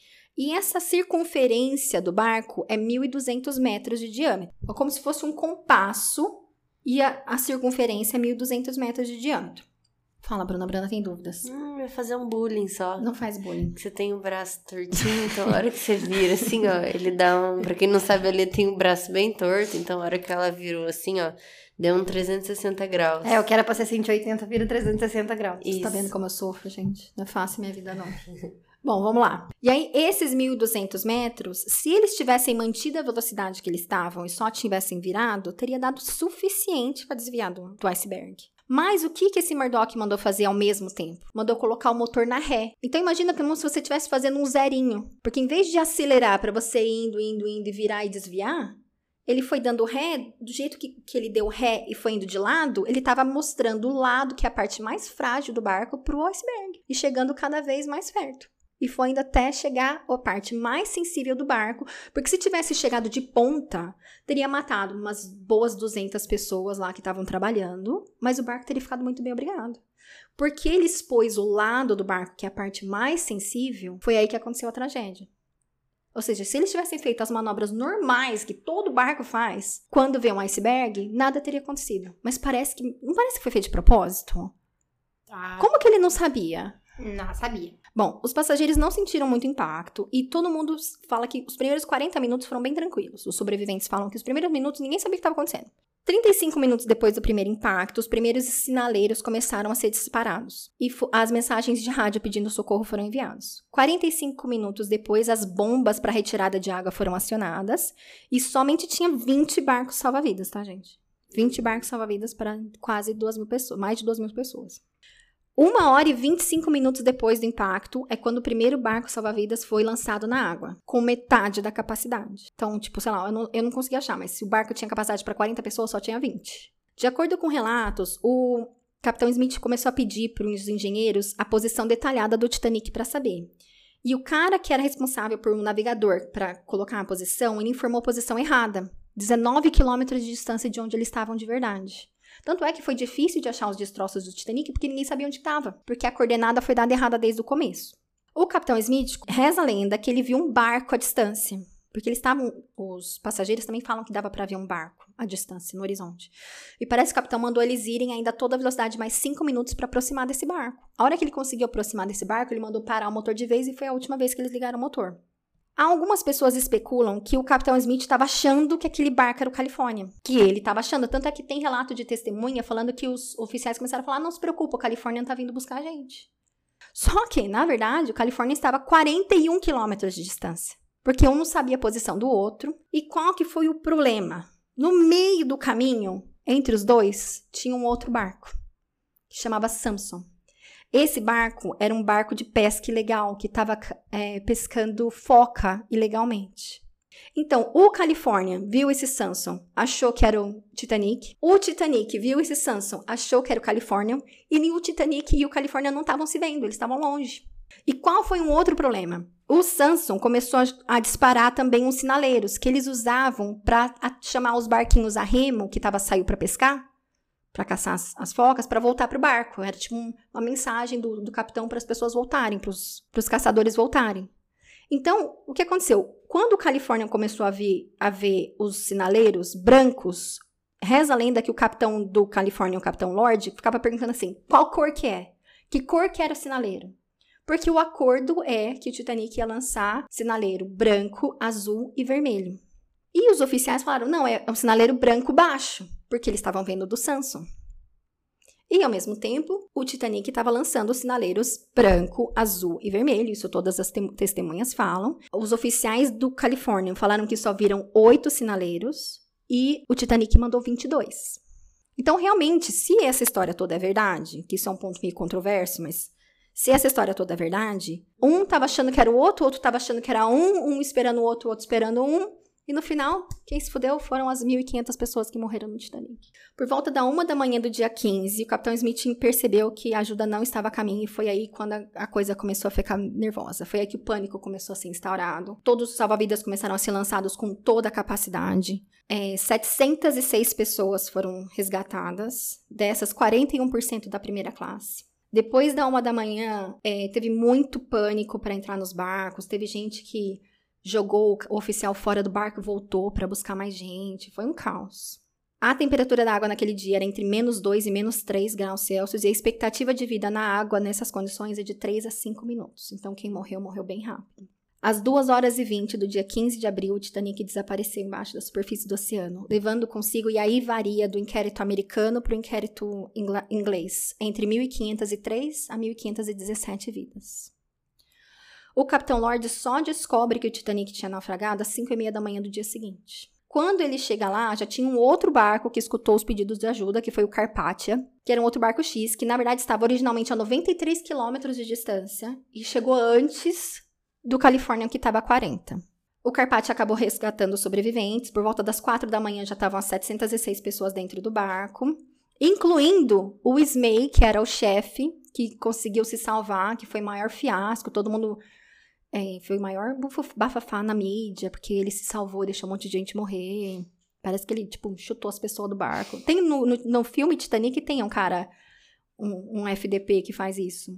E essa circunferência do barco é 1.200 metros de diâmetro. É como se fosse um compasso e a circunferência é 1.200 metros de diâmetro. Fala, Bruna. Bruna tem dúvidas. Vai fazer um bullying só. Não faz bullying. Você tem o braço tortinho, então a hora que você vira assim, ó, ele dá um... Pra quem não sabe, ele tem o braço bem torto, então a hora que ela virou assim, ó, deu um 360 graus. O que era pra ser 180 vira 360 graus. Você tá vendo como eu sofro, gente? Não é fácil minha vida, não. Bom, vamos lá. E aí, esses 1.200 metros, se eles tivessem mantido a velocidade que eles estavam e só tivessem virado, teria dado suficiente para desviar do iceberg. Mas o que esse Murdoch mandou fazer ao mesmo tempo? Mandou colocar o motor na ré. Então, imagina como se você estivesse fazendo um zerinho. Porque em vez de acelerar para você indo e virar e desviar, ele foi dando ré, do jeito que ele deu ré e foi indo de lado, ele estava mostrando o lado, que é a parte mais frágil do barco, para o iceberg. E chegando cada vez mais perto. E foi indo até chegar a parte mais sensível do barco, porque se tivesse chegado de ponta, teria matado umas boas 200 pessoas lá que estavam trabalhando, mas o barco teria ficado muito bem obrigado. Porque ele expôs o lado do barco, que é a parte mais sensível, foi aí que aconteceu a tragédia. Ou seja, se eles tivessem feito as manobras normais que todo barco faz, quando vê um iceberg, nada teria acontecido. Mas não parece que foi feito de propósito? Como que ele não sabia? Não, sabia. Bom, os passageiros não sentiram muito impacto e todo mundo fala que os primeiros 40 minutos foram bem tranquilos. Os sobreviventes falam que os primeiros minutos ninguém sabia o que estava acontecendo. 35 minutos depois do primeiro impacto, os primeiros sinaleiros começaram a ser disparados e as mensagens de rádio pedindo socorro foram enviados. 45 minutos depois, as bombas para retirada de água foram acionadas e somente tinha 20 barcos salva-vidas, tá, gente? 20 barcos salva-vidas para quase 2.000 pessoas, mais de 2.000 pessoas. 1h25 depois do impacto é quando o primeiro barco salva-vidas foi lançado na água, com metade da capacidade. Então, sei lá, eu não consegui achar, mas se o barco tinha capacidade para 40 pessoas, só tinha 20. De acordo com relatos, o capitão Smith começou a pedir para os engenheiros a posição detalhada do Titanic para saber. E o cara que era responsável por um navegador para colocar a posição, ele informou a posição errada, 19 quilômetros de distância de onde eles estavam de verdade. Tanto é que foi difícil de achar os destroços do Titanic porque ninguém sabia onde estava, porque a coordenada foi dada errada desde o começo. O capitão Smith reza a lenda que ele viu um barco à distância, porque os passageiros também falam que dava para ver um barco à distância, no horizonte. E parece que o capitão mandou eles irem ainda a toda velocidade mais 5 minutos para aproximar desse barco. A hora que ele conseguiu aproximar desse barco, ele mandou parar o motor de vez e foi a última vez que eles ligaram o motor. Algumas pessoas especulam que o capitão Smith estava achando que aquele barco era o Califórnia. Que ele estava achando. Tanto é que tem relato de testemunha falando que os oficiais começaram a falar: não se preocupa, o Califórnia não está vindo buscar a gente. Só que, na verdade, o Califórnia estava a 41 quilômetros de distância. porque um não sabia a posição do outro. E qual que foi o problema? No meio do caminho, entre os dois, tinha um outro barco, que chamava Samson. Esse barco era um barco de pesca ilegal, que estava pescando foca ilegalmente. Então, o California viu esse Samson, achou que era o Titanic. O Titanic viu esse Samson, achou que era o California. E o Titanic e o California não estavam se vendo, eles estavam longe. E qual foi um outro problema? O Samson começou a disparar também uns sinaleiros que eles usavam para chamar os barquinhos a remo, que saiu para pescar, para caçar as focas, para voltar para o barco. Era tipo uma mensagem do capitão para as pessoas voltarem, para os caçadores voltarem. Então, o que aconteceu? Quando o California começou a ver os sinaleiros brancos, reza a lenda que o capitão do California, o Capitão Lord, ficava perguntando assim, qual cor que é? Que cor que era o sinaleiro? Porque o acordo é que o Titanic ia lançar sinaleiro branco, azul e vermelho. E os oficiais falaram, não, é um sinaleiro branco baixo, porque eles estavam vendo do Samson. E, ao mesmo tempo, o Titanic estava lançando os sinaleiros branco, azul e vermelho. Isso todas as testemunhas falam. Os oficiais do California falaram que só viram 8 sinaleiros e o Titanic mandou 22. Então, realmente, se essa história toda é verdade, que isso é um ponto meio controverso, mas se essa história toda é verdade, um estava achando que era o outro estava achando que era um esperando o outro esperando um. E no final, quem se fudeu foram as 1.500 pessoas que morreram no Titanic. Por volta da 1h do dia 15, o Capitão Smith percebeu que a ajuda não estava a caminho e foi aí quando a coisa começou a ficar nervosa. Foi aí que o pânico começou a ser instaurado. Todos os salva-vidas começaram a ser lançados com toda a capacidade. 706 pessoas foram resgatadas, dessas 41% da primeira classe. Depois da 1h, teve muito pânico para entrar nos barcos, teve gente que jogou o oficial fora do barco e voltou para buscar mais gente. Foi um caos. A temperatura da água naquele dia era entre -2 e -3 graus Celsius e a expectativa de vida na água nessas condições é de 3 a 5 minutos. Então, quem morreu, morreu bem rápido. Às 2h20 do dia 15 de abril, o Titanic desapareceu embaixo da superfície do oceano, levando consigo, e aí varia do inquérito americano para o inquérito inglês, entre 1.503 a 1.517 vidas. O Capitão Lord só descobre que o Titanic tinha naufragado às 5h30 do dia seguinte. Quando ele chega lá, já tinha um outro barco que escutou os pedidos de ajuda, que foi o Carpathia, que era um outro barco X, que na verdade estava originalmente a 93 quilômetros de distância e chegou antes do California, que estava a 40. O Carpathia acabou resgatando os sobreviventes. Por volta das 4h já estavam as 706 pessoas dentro do barco, incluindo o Ismay, que era o chefe, que conseguiu se salvar, que foi o maior fiasco, todo mundo... foi o maior bafafá na mídia, porque ele se salvou, deixou um monte de gente morrer. Parece que ele, chutou as pessoas do barco. Tem no filme Titanic, tem um cara, um FDP que faz isso.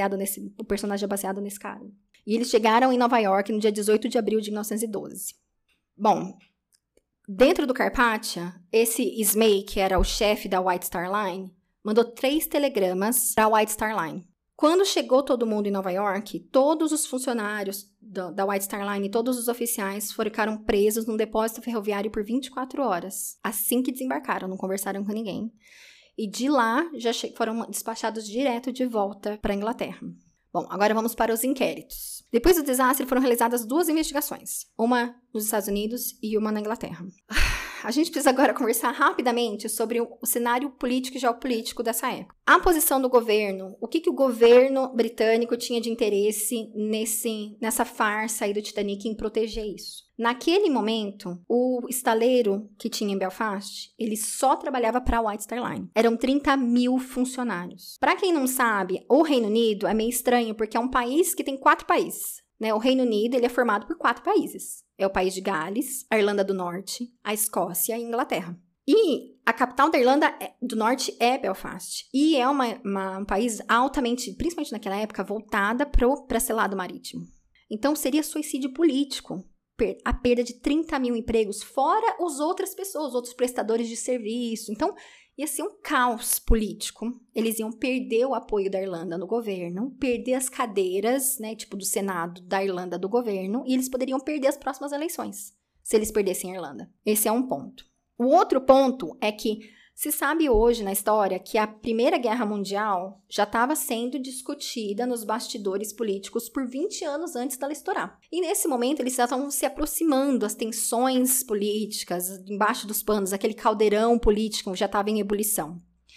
O personagem é baseado nesse cara. E eles chegaram em Nova York no dia 18 de abril de 1912. Bom, dentro do Carpathia, esse Ismay, que era o chefe da White Star Line, mandou 3 telegramas para a White Star Line. Quando chegou todo mundo em Nova York, todos os funcionários da White Star Line e todos os oficiais ficaram presos num depósito ferroviário por 24 horas. Assim que desembarcaram, não conversaram com ninguém. E de lá, já foram despachados direto de volta para a Inglaterra. Bom, agora vamos para os inquéritos. Depois do desastre, foram realizadas 2 investigações. Uma nos Estados Unidos e uma na Inglaterra. A gente precisa agora conversar rapidamente sobre o cenário político e geopolítico dessa época. A posição do governo, o que o governo britânico tinha de interesse nessa farsa aí do Titanic em proteger isso. Naquele momento, o estaleiro que tinha em Belfast, ele só trabalhava para a White Star Line. Eram 30 mil funcionários. Para quem não sabe, o Reino Unido é meio estranho, porque é um país que tem 4 países. O Reino Unido ele é formado por 4 países. É o país de Gales, a Irlanda do Norte, a Escócia e a Inglaterra. E a capital da Irlanda do Norte é Belfast. E é um país altamente, principalmente naquela época, voltada para esse lado marítimo. Então, seria suicídio político. A perda de 30 mil empregos, fora as outras pessoas, outros prestadores de serviço. Então, ia ser um caos político. Eles iam perder o apoio da Irlanda no governo, perder as cadeiras, do Senado da Irlanda do governo, e eles poderiam perder as próximas eleições, se eles perdessem a Irlanda. Esse é um ponto. O outro ponto é que Se sabe hoje na história que a Primeira Guerra Mundial já estava sendo discutida nos bastidores políticos por 20 anos antes dela estourar. E nesse momento eles já estavam se aproximando, as tensões políticas, embaixo dos panos, aquele caldeirão político já estava em ebulição.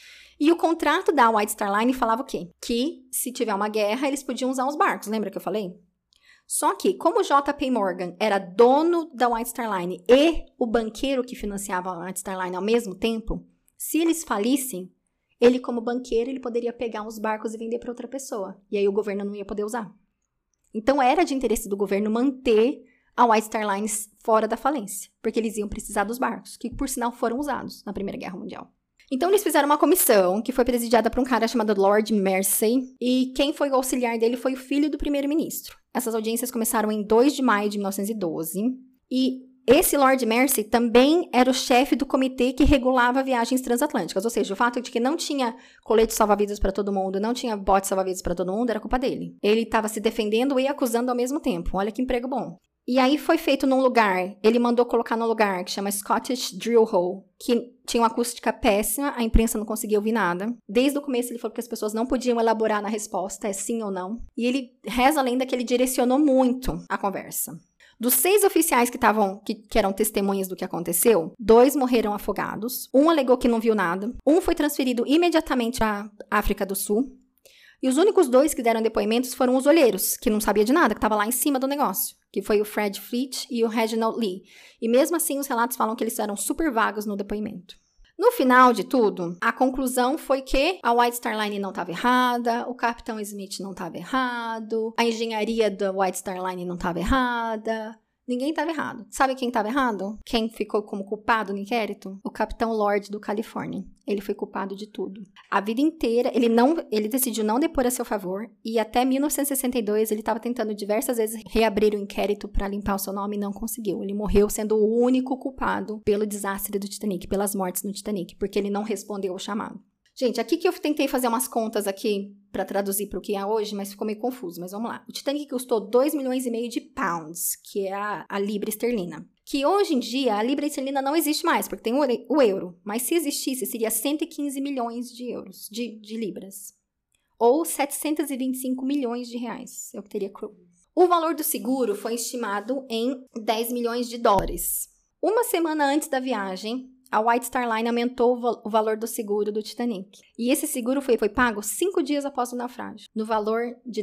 E o contrato da White Star Line falava o quê? Que se tiver uma guerra, eles podiam usar os barcos, lembra que eu falei? Só que, como o JP Morgan era dono da White Star Line e o banqueiro que financiava a White Star Line ao mesmo tempo, se eles falissem, ele como banqueiro, ele poderia pegar os barcos e vender para outra pessoa. E aí o governo não ia poder usar. Então era de interesse do governo manter a White Star Line fora da falência, porque eles iam precisar dos barcos, que por sinal foram usados na Primeira Guerra Mundial. Então eles fizeram uma comissão que foi presidiada por um cara chamado Lord Mersey, e quem foi o auxiliar dele foi o filho do primeiro-ministro. Essas audiências começaram em 2 de maio de 1912, e esse Lord Mersey também era o chefe do comitê que regulava viagens transatlânticas, ou seja, o fato de que não tinha colete salva-vidas para todo mundo, não tinha bote salva-vidas para todo mundo, era culpa dele. Ele estava se defendendo e acusando ao mesmo tempo. Olha que emprego bom. E aí foi feito num lugar, ele mandou colocar num lugar que chama Scottish Drill Hole, que tinha uma acústica péssima, a imprensa não conseguia ouvir nada. Desde o começo ele falou que as pessoas não podiam elaborar na resposta, é sim ou não. E ele reza a lenda que ele direcionou muito a conversa. Dos 6 oficiais que eram testemunhas do que aconteceu, 2 morreram afogados, um alegou que não viu nada, um foi transferido imediatamente para a África do Sul, e os únicos 2 que deram depoimentos foram os olheiros, que não sabia de nada, que estava lá em cima do negócio, que foi o Fred Fleet e o Reginald Lee. E mesmo assim, os relatos falam que eles eram super vagos no depoimento. No final de tudo, a conclusão foi que a White Star Line não estava errada, o Capitão Smith não estava errado, a engenharia da White Star Line não estava errada, ninguém estava errado. Sabe quem estava errado? Quem ficou como culpado no inquérito? O Capitão Lord do Califórnia. Ele foi culpado de tudo. A vida inteira, ele decidiu não depor a seu favor, e até 1962 ele estava tentando diversas vezes reabrir o inquérito para limpar o seu nome e não conseguiu. Ele morreu sendo o único culpado pelo desastre do Titanic, pelas mortes no Titanic, porque ele não respondeu ao chamado. Gente, aqui que eu tentei fazer umas contas aqui para traduzir para o que é hoje, mas ficou meio confuso, mas vamos lá. O Titanic custou 2,5 milhões de pounds, que é a libra esterlina. Que hoje em dia a libra esterlina não existe mais, porque tem o euro. Mas se existisse, seria 115 milhões de euros, de libras. Ou 725 milhões de reais, é o que teria cru. O valor do seguro foi estimado em 10 milhões de dólares. Uma semana antes da viagem, a White Star Line aumentou o valor do seguro do Titanic. E esse seguro foi pago 5 dias após o naufrágio, no valor de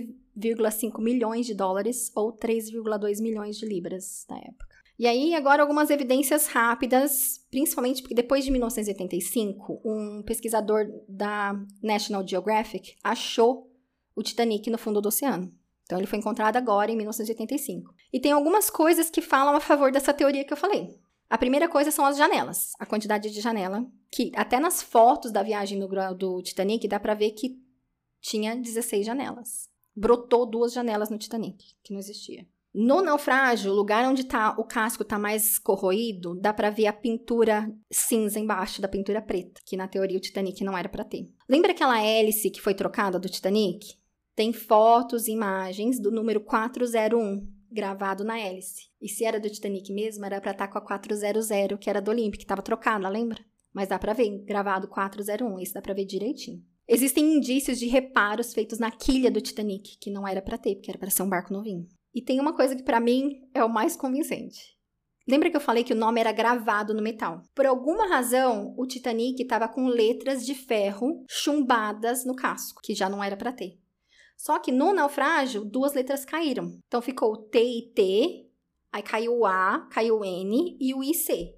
12,5 milhões de dólares ou 3,2 milhões de libras na época. E aí, agora algumas evidências rápidas, principalmente porque depois de 1985, um pesquisador da National Geographic achou o Titanic no fundo do oceano. Então, ele foi encontrado agora, em 1985. E tem algumas coisas que falam a favor dessa teoria que eu falei. A primeira coisa são as janelas, a quantidade de janela, que até nas fotos da viagem do Titanic dá pra ver que tinha 16 janelas. Brotou 2 janelas no Titanic, que não existia. No naufrágio, o lugar onde o casco tá mais corroído, dá pra ver a pintura cinza embaixo da pintura preta, que na teoria o Titanic não era pra ter. Lembra aquela hélice que foi trocada do Titanic? Tem fotos e imagens do número 401. Gravado na hélice. E se era do Titanic mesmo, era pra estar com a 400, que era do Olympic, que tava trocada, lembra? Mas dá pra ver, gravado 401, isso dá pra ver direitinho. Existem indícios de reparos feitos na quilha do Titanic, que não era pra ter, porque era pra ser um barco novinho. E tem uma coisa que pra mim é o mais convincente. Lembra que eu falei que o nome era gravado no metal? Por alguma razão, o Titanic tava com letras de ferro chumbadas no casco, que já não era pra ter. Só que no naufrágio, 2 letras caíram. Então ficou o T e T, aí caiu o A, caiu o N e o IC.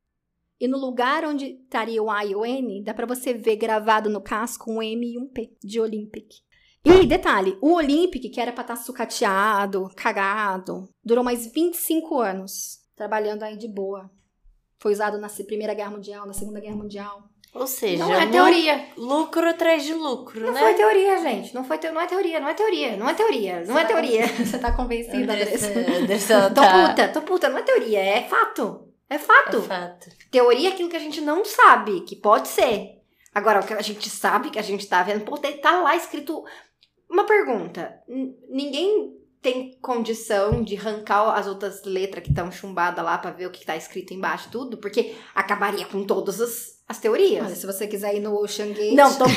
E no lugar onde estaria o A e o N, dá pra você ver gravado no casco um M e um P, de Olympic. E detalhe, o Olympic, que era pra estar sucateado, cagado, durou mais 25 anos trabalhando aí de boa. Foi usado na Primeira Guerra Mundial, na Segunda Guerra Mundial. Ou seja, não é teoria. Lucro atrás de lucro, não né? Não foi teoria, gente. Não é teoria. Você tá convencida, Andressa? Tô puta, não é teoria, é fato. É fato. Teoria é aquilo que a gente não sabe, que pode ser. Agora, o que a gente sabe, que a gente tá vendo, tá lá escrito... Uma pergunta, ninguém tem condição de arrancar as outras letras que estão chumbadas lá pra ver o que tá escrito embaixo tudo, porque acabaria com todas as teorias. Olha, se você quiser ir no Ocean Gate... Não, tô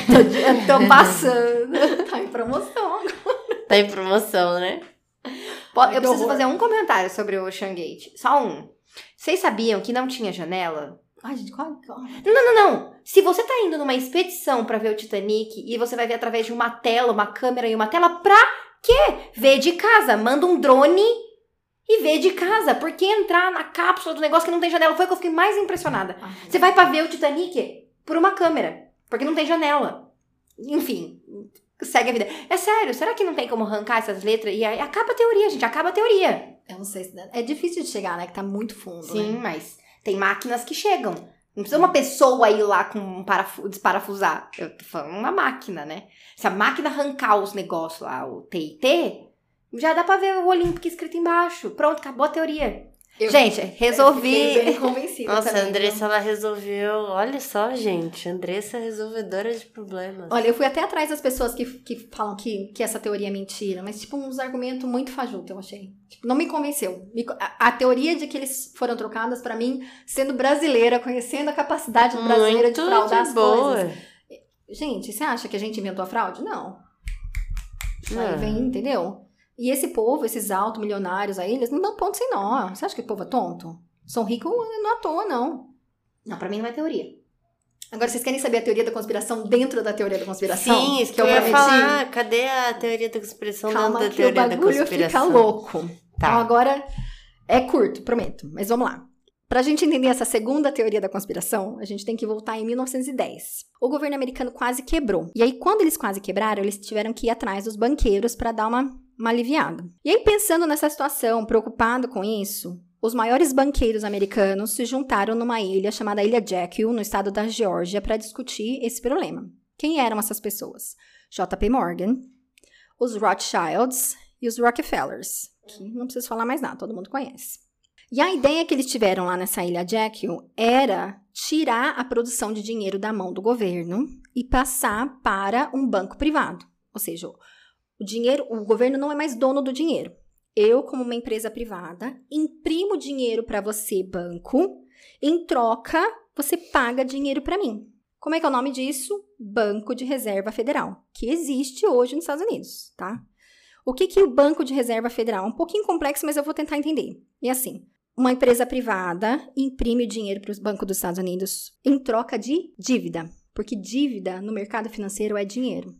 passando. Tá em promoção agora. Tá em promoção, né? Eu preciso fazer um comentário sobre o Ocean Gate. Só um. Vocês sabiam que não tinha janela? Ai, gente, qual? Não. Se você tá indo numa expedição pra ver o Titanic e você vai ver através de uma tela, uma câmera e uma tela, pra quê? Vê de casa. Manda um drone e vê de casa. Por que entrar na cápsula do negócio que não tem janela? Foi que eu fiquei mais impressionada. Você vai pra ver o Titanic por uma câmera, porque não tem janela. Enfim, segue a vida. É sério, será que não tem como arrancar essas letras? E aí acaba a teoria, gente, acaba a teoria. Eu não sei se... É difícil de chegar, né? Que tá muito fundo, Sim, né? mas tem máquinas que chegam. Não precisa uma pessoa ir lá com um desparafusar. Eu tô falando uma máquina, né? Se a máquina arrancar os negócios lá, o TIT, já dá pra ver o Olímpico escrito embaixo. Pronto, acabou a teoria. Gente, resolvi. Eu fiquei bem convencida. Nossa, também, a Andressa, ela resolveu... Olha só, gente. Andressa é resolvedora de problemas. Olha, eu fui até atrás das pessoas que falam que essa teoria é mentira, mas, tipo, uns argumentos muito fajutos, eu achei. Tipo, não me convenceu. A teoria de que eles foram trocados, pra mim, sendo brasileira, conhecendo a capacidade brasileira de fraudar as coisas. Gente, você acha que a gente inventou a fraude? Não. Aí vem, entendeu? E esse povo, esses alto-milionários aí, eles não dão ponto sem nó. Você acha que o povo é tonto? São ricos não à toa, não. Não, pra mim não é teoria. Agora, vocês querem saber a teoria da conspiração dentro da teoria da conspiração? Sim, isso que eu ia falar. Cadê a teoria da conspiração dentro da teoria da conspiração? Calma que o bagulho fica louco. Tá. Então, agora, é curto, prometo. Mas vamos lá. Pra gente entender essa segunda teoria da conspiração, a gente tem que voltar em 1910. O governo americano quase quebrou. E aí, quando eles quase quebraram, eles tiveram que ir atrás dos banqueiros pra dar uma aliviada. E aí, pensando nessa situação, preocupado com isso, os maiores banqueiros americanos se juntaram numa ilha chamada Ilha Jekyll, no estado da Geórgia, para discutir esse problema. Quem eram essas pessoas? J.P. Morgan, os Rothschilds e os Rockefellers, que não preciso falar mais nada, todo mundo conhece. E a ideia que eles tiveram lá nessa Ilha Jekyll era tirar a produção de dinheiro da mão do governo e passar para um banco privado. Ou seja, o governo não é mais dono do dinheiro. Eu, como uma empresa privada, imprimo dinheiro para você, banco. Em troca, você paga dinheiro para mim. Como é que é o nome disso? Banco de Reserva Federal, que existe hoje nos Estados Unidos, tá? O que é o Banco de Reserva Federal? Um pouquinho complexo, mas eu vou tentar entender. E assim, uma empresa privada imprime dinheiro para os bancos dos Estados Unidos em troca de dívida, porque dívida no mercado financeiro é dinheiro.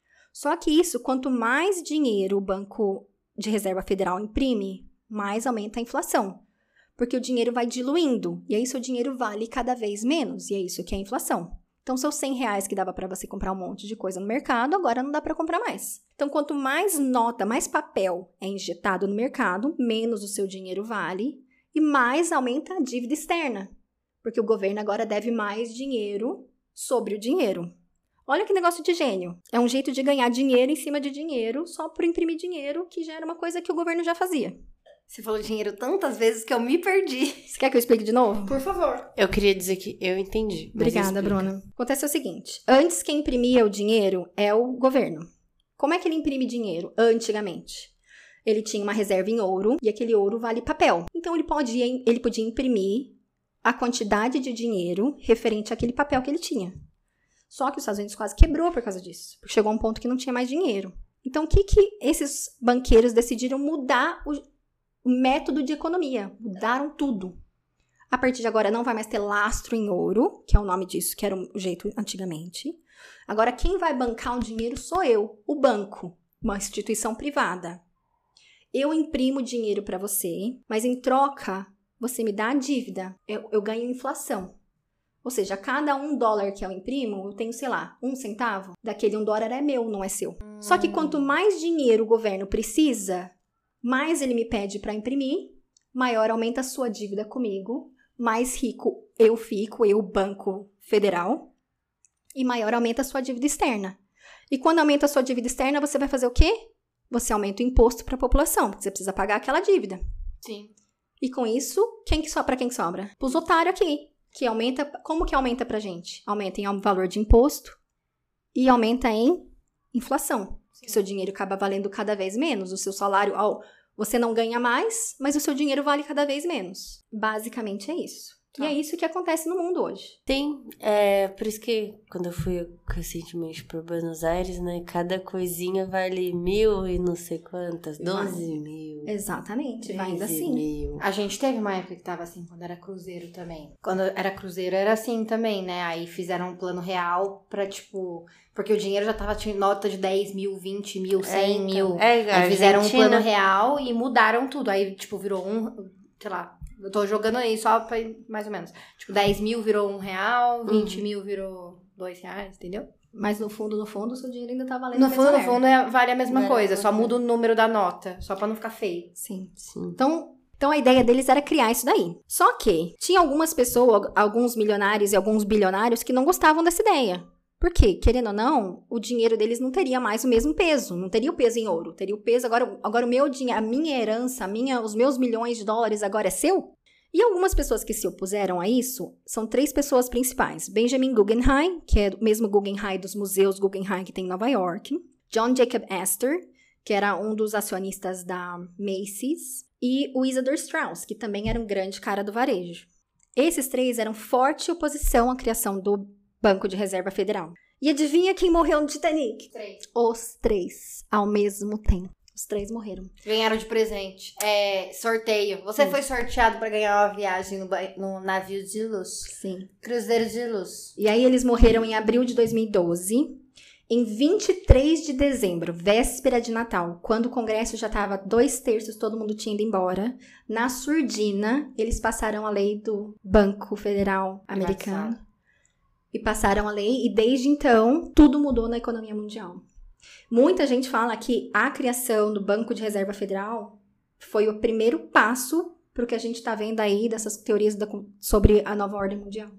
Só que isso, quanto mais dinheiro o Banco de Reserva Federal imprime, mais aumenta a inflação, porque o dinheiro vai diluindo, e aí seu dinheiro vale cada vez menos, e é isso que é a inflação. Então, seus R$100 que dava para você comprar um monte de coisa no mercado, agora não dá para comprar mais. Então, quanto mais nota, mais papel é injetado no mercado, menos o seu dinheiro vale, e mais aumenta a dívida externa, porque o governo agora deve mais dinheiro sobre o dinheiro. Olha que negócio de gênio. É um jeito de ganhar dinheiro em cima de dinheiro só por imprimir dinheiro, que já era uma coisa que o governo já fazia. Você falou dinheiro tantas vezes que eu me perdi. Você quer que eu explique de novo? Por favor. Eu queria dizer que eu entendi. Obrigada, Bruna. Acontece o seguinte. Antes, quem imprimia o dinheiro é o governo. Como é que ele imprime dinheiro antigamente? Ele tinha uma reserva em ouro e aquele ouro vale papel. Então, ele podia imprimir a quantidade de dinheiro referente àquele papel que ele tinha. Só que os Estados Unidos quase quebrou por causa disso. Porque chegou a um ponto que não tinha mais dinheiro. Então, o que esses banqueiros decidiram mudar o método de economia? Mudaram tudo. A partir de agora, não vai mais ter lastro em ouro, que é o nome disso, que era o jeito antigamente. Agora, quem vai bancar o dinheiro sou eu, o banco, uma instituição privada. Eu imprimo dinheiro para você, mas em troca, você me dá a dívida. Eu ganho inflação. Ou seja, a cada $1 que eu imprimo, eu tenho, sei lá, 1 centavo. Daquele $1 é meu, não é seu. Só que quanto mais dinheiro o governo precisa, mais ele me pede para imprimir, maior aumenta a sua dívida comigo, mais rico eu fico, eu, Banco Federal, e maior aumenta a sua dívida externa. E quando aumenta a sua dívida externa, você vai fazer o quê? Você aumenta o imposto para a população, porque você precisa pagar aquela dívida. Sim. E com isso, para quem sobra? Para os otários aqui. Que aumenta, como que aumenta pra gente? Aumenta em valor de imposto e aumenta em inflação. Que seu dinheiro acaba valendo cada vez menos. O seu salário, você não ganha mais, mas o seu dinheiro vale cada vez menos. Basicamente é isso. E é isso que acontece no mundo hoje. Tem, por isso que quando eu fui recentemente para Buenos Aires, né, cada coisinha vale 1.000 e não sei quantas, 12 mil. Exatamente, vai ainda assim. Mil. A gente teve uma época que tava assim, quando era cruzeiro também. Quando era cruzeiro era assim também, né? Aí fizeram um plano real pra, tipo... Porque o dinheiro já tava, tinha nota de 10 mil, 20 mil, 100 mil. Aí fizeram um plano real e mudaram tudo. Aí, tipo, virou sei lá... Eu tô jogando aí só pra mais ou menos. Tipo, 10 mil virou R$1, 20 mil virou R$2, entendeu? Mas no fundo, o seu dinheiro ainda tá valendo No fundo, vale a mesma coisa. Só muda o número da nota. Só pra não ficar feio. Sim. Então a ideia deles era criar isso daí. Só que tinha algumas pessoas, alguns milionários e alguns bilionários que não gostavam dessa ideia. Por quê? Querendo ou não, o dinheiro deles não teria mais o mesmo peso. Não teria o peso em ouro. Teria o peso, agora o meu dinheiro, a minha herança, os meus milhões de dólares agora é seu? E algumas pessoas que se opuseram a isso são 3 pessoas principais. Benjamin Guggenheim, que é o mesmo Guggenheim dos museus Guggenheim que tem em Nova York. John Jacob Astor, que era um dos acionistas da Macy's. E o Isidor Straus, que também era um grande cara do varejo. Esses 3 eram forte oposição à criação do Banco de Reserva Federal. E adivinha quem morreu no Titanic? 3. Os 3, ao mesmo tempo. Os 3 morreram. Ganharam de presente. Sorteio. Você foi sorteado pra ganhar uma viagem no navio de luz. Sim. Cruzeiro de luz. E aí eles morreram em abril de 2012. Em 23 de dezembro, véspera de Natal, quando o Congresso já estava 2/3, todo mundo tinha ido embora, na surdina, eles passaram a lei do Banco Federal Americano. E passaram a lei, e desde então, tudo mudou na economia mundial. Muita gente fala que a criação do Banco de Reserva Federal foi o primeiro passo para o que a gente está vendo aí, dessas teorias sobre a nova ordem mundial.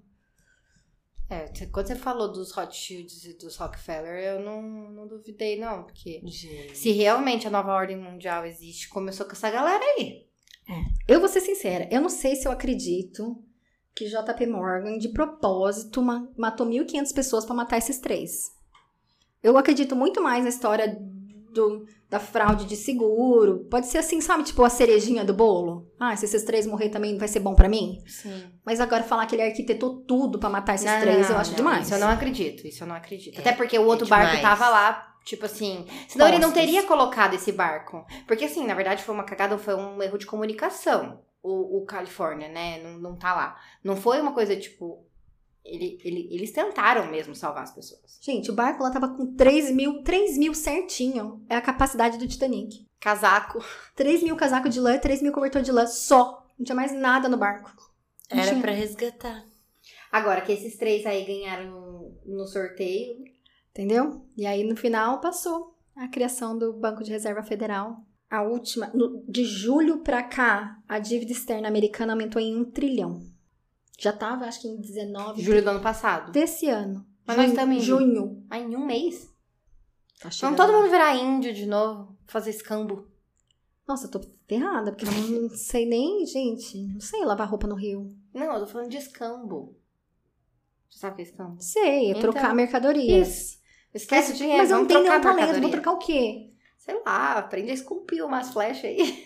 Quando você falou dos Rothschilds e dos Rockefeller, eu não duvidei, não. Porque se realmente a nova ordem mundial existe, começou com essa galera aí. Eu vou ser sincera, eu não sei se eu acredito que JP Morgan, de propósito, matou 1.500 pessoas para matar esses 3. Eu acredito muito mais na história da fraude de seguro. Pode ser assim, sabe? Tipo a cerejinha do bolo. Se esses 3 morrer também vai ser bom pra mim? Sim. Mas agora falar que ele arquitetou tudo pra matar esses 3, eu acho demais. Isso eu não acredito. Até porque o outro barco tava lá, tipo assim... Senão ele não teria colocado esse barco. Porque assim, na verdade foi uma cagada, foi um erro de comunicação. O Califórnia, né? Não tá lá. Não foi uma coisa tipo... Eles tentaram mesmo salvar as pessoas. Gente, o barco lá tava com 3 mil certinho. É a capacidade do Titanic. Casaco. 3 mil casaco de lã, 3 mil cobertor de lã só. Não tinha mais nada no barco. Era pra resgatar. Agora que esses 3 aí ganharam no sorteio. Entendeu? E aí no final passou a criação do Banco de Reserva Federal. A última, de julho pra cá, a dívida externa americana aumentou em 1 trilhão. Já tava, acho que em 19... Julho do ano passado. Desse ano. Mas nós estamos em junho. Em um mês? Tá vamos todo mundo virar índio de novo, fazer escambo. Nossa, eu tô ferrada, porque eu não sei nem, gente, não sei lavar roupa no rio. Não, eu tô falando de escambo. Você sabe o que é escambo? Sei, trocar mercadorias. Isso. Esquece o dinheiro, mas eu não vamos tenho trocar nenhum talento, mercadoria. vou trocar o quê? Sei lá, aprende a esculpir umas flechas aí.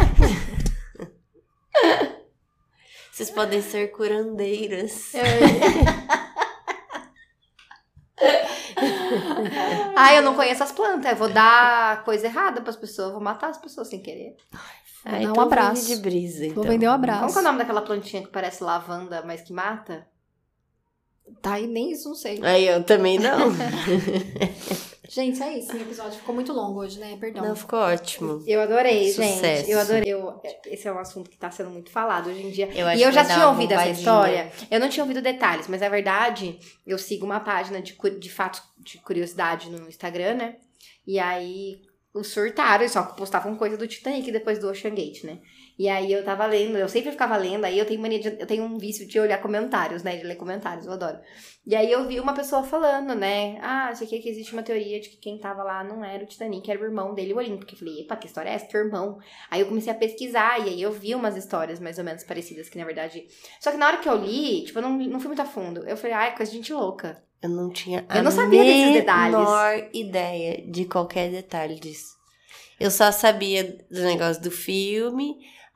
Vocês podem ser curandeiras. Eu não conheço as plantas. Eu vou dar coisa errada pras pessoas. Vou matar as pessoas sem querer. Vou dar então um abraço. De brisa, então. Vou vender um abraço. Qual que é o nome daquela plantinha que parece lavanda, mas que mata? Tá, e nem isso não sei. Aí eu também não. Gente, é isso. O episódio ficou muito longo hoje, né? Perdão. Não, ficou ótimo. Eu adorei, Sucesso. gente. Eu adorei. Esse é um assunto que tá sendo muito falado hoje em dia. E eu já tinha ouvido essa história. Eu não tinha ouvido detalhes, mas na verdade, eu sigo uma página de fatos de curiosidade no Instagram, né? E aí, os surtaram, só que postavam coisa do Titanic depois do Ocean Gate, né? E aí eu tava lendo, eu sempre ficava lendo, aí eu tenho um vício de olhar comentários, né? De ler comentários, eu adoro. E aí eu vi uma pessoa falando, né? Isso aqui é que existe uma teoria de que quem tava lá não era o Titanic, era o irmão dele, o Olímpico. Eu falei, epa, que história é essa? Teu irmão. Aí eu comecei a pesquisar, e aí eu vi umas histórias mais ou menos parecidas, que na verdade... Só que na hora que eu li, tipo, eu não fui muito a fundo. Eu falei, é coisa de gente louca. Eu não tinha Eu não sabia desses detalhes. menor ideia de qualquer detalhe disso. Eu só sabia do negócio do filme...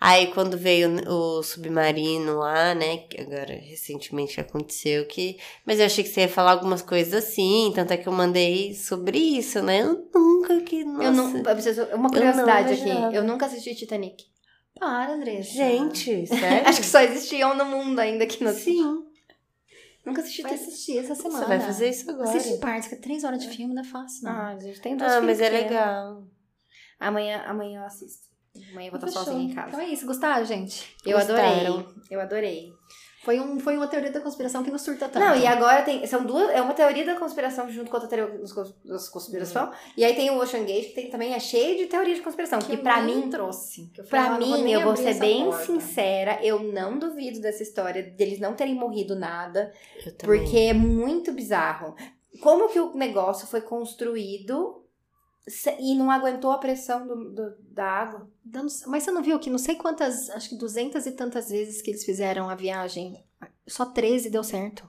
Aí quando veio o submarino lá, né, que agora recentemente aconteceu mas eu achei que você ia falar algumas coisas assim, tanto é que eu mandei sobre isso, né? Eu nunca que, nossa. Uma curiosidade aqui, eu nunca assisti Titanic. Para, Andressa. Gente, sério? Acho que só existiam no mundo ainda aqui no... Sim. Nunca assisti. Vai assistir essa semana. Você vai fazer isso agora. Assiste partes, que 3 horas de filme não é fácil, não. Ah, gente, tem 2 filmes mas é pequenos. legal. Amanhã eu assisto. Amanhã eu vou estar sozinha em casa. Então é isso, gostaram, gente? Eu Gostaram? adorei. Foi uma teoria da conspiração que não surta tanto. Não, e agora são duas, é uma teoria da conspiração junto com outra teoria da conspiração. E aí tem o Ocean Gate, que também é cheio de teoria de conspiração. Que pra mim, trouxe. Pra mim, eu vou ser bem sincera, eu não duvido dessa história deles não terem morrido nada. Eu também. Porque é muito bizarro. Como que o negócio foi construído e não aguentou a pressão da água? Mas você não viu que não sei quantas, acho que 200 e tantas vezes que eles fizeram a viagem, só 13 deu certo.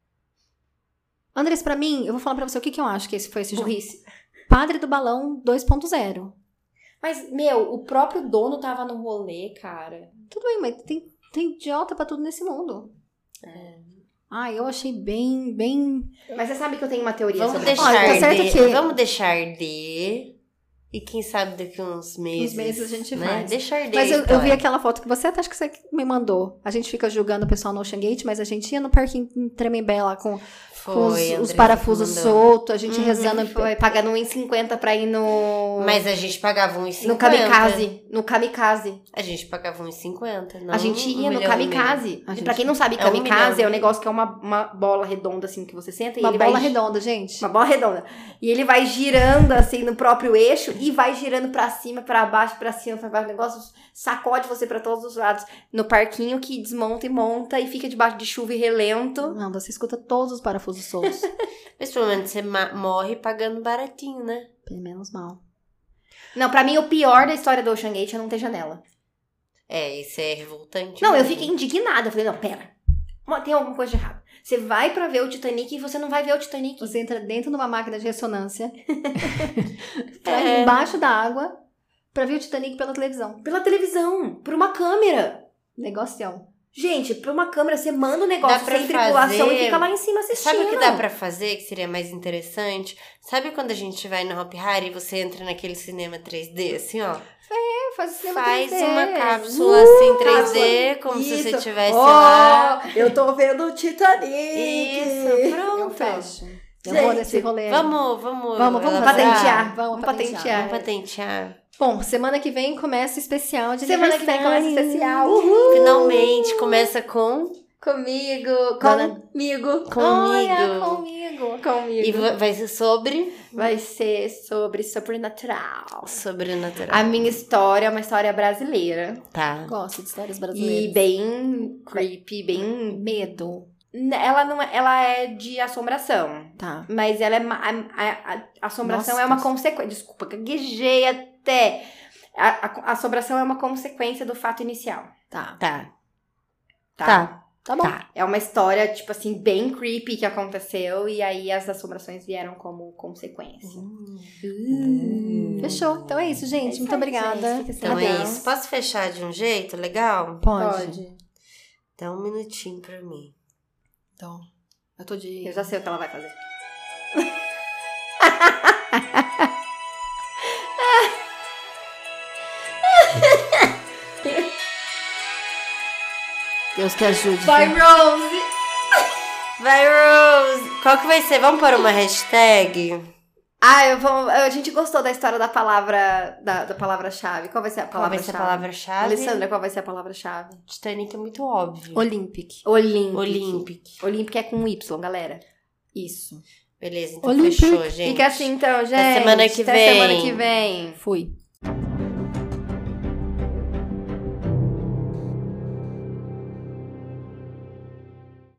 Andrés, pra mim, eu vou falar pra você o que eu acho que foi esse jogo. Burrice. Padre do Balão 2.0. Mas, o próprio dono tava no rolê, cara. Tudo bem, mas tem idiota pra tudo nesse mundo. Eu achei bem... Mas você sabe que eu tenho uma teoria Vamos sobre deixar tá certo de... que- Vamos deixar de... E quem sabe daqui uns meses... Uns meses a gente né? faz. Deixar de... Mas eu vi aquela foto que você até acho que você me mandou. A gente fica julgando o pessoal no Ocean Gate, mas a gente ia no parquinho em Tremembé lá com os parafusos soltos, a gente rezando. Foi pagando R$1,50 pra ir no... Mas a gente pagava R$1,50. No Kamikaze. A gente pagava R$1,50, não A gente ia no Kamikaze. A gente- Pra quem não sabe, É 1 Kamikaze milhão. é um negócio que é uma bola redonda, assim, que você senta e Uma ele bola vai... redonda, gente. Uma bola redonda. E ele vai girando, assim, no próprio eixo e vai girando pra cima, pra baixo, pra cima, pra baixo. O negócio sacode você pra todos os lados. No parquinho que desmonta e monta e fica debaixo de chuva e relento. Não, você escuta todos os parafusos soltos. Mas pelo menos você morre pagando baratinho, né? Pelo menos mal. Não, pra mim o pior da história do Ocean Gate é não ter janela. Isso é revoltante. Não, eu mesmo. fiquei indignada. Eu falei, não, pera. Tem alguma coisa de errado. Você vai pra ver o Titanic e você não vai ver o Titanic. Você entra dentro de uma máquina de ressonância, pra embaixo da água, pra ver o Titanic pela televisão. Pela televisão, por uma câmera. Negocião. Gente, por uma câmera, você manda o negócio Dá pra sem tripulação fazer- e fica lá em cima assistindo. Sabe o que dá pra fazer, que seria mais interessante? Sabe quando a gente vai no Hop Hari e você entra naquele cinema 3D, assim, ó? Faz Faz uma cápsula assim 3D, como se você estivesse lá. Eu tô vendo o Titanic. Isso, Eu pronto. fecho. Eu Gente, vou nesse rolê. Vamos Vamos patentear. Vamos patentear. Vamos patentear. Bom, semana que vem começa especial de Semana que vem começa aniversário. especial. Uhul. Finalmente começa com... Comigo. Olha, Comigo. E vai ser sobre... Vai ser sobre sobrenatural. Sobrenatural. A minha história é uma história brasileira. Tá. Gosto de histórias E brasileiras. bem creepy, bem... Medo. Ela é de assombração. Tá. Mas ela é... A assombração Nossa, é uma Deus. consequência... Desculpa, gaguejei até. A assombração é uma consequência do fato inicial. Tá. Tá. Tá bom. Tá. É uma história, tipo assim, bem creepy que aconteceu. E aí as assombrações vieram como consequência. Fechou. Então é isso, gente. isso Muito aí, obrigada. gente. Fica Então é Adeus. isso. Posso fechar de um jeito legal? Pode. Dá um minutinho pra mim. Então, eu tô de... Eu já sei o que ela vai fazer. Deus que ajude. Vai, Rose! Vai, Rose! Qual que vai ser? Vamos pôr uma hashtag? A gente gostou da história da palavra da palavra-chave. Qual vai ser a Qual vai palavra-chave? ser a palavra-chave? Alessandra, qual vai ser a palavra-chave? Titanic é muito óbvio. Olympic. Olympic. Olympic. Olympic é com Y, galera. Isso. Beleza, então Olympic. fechou, gente. Fica assim então, gente. Até semana que Até vem. semana que vem. Fui.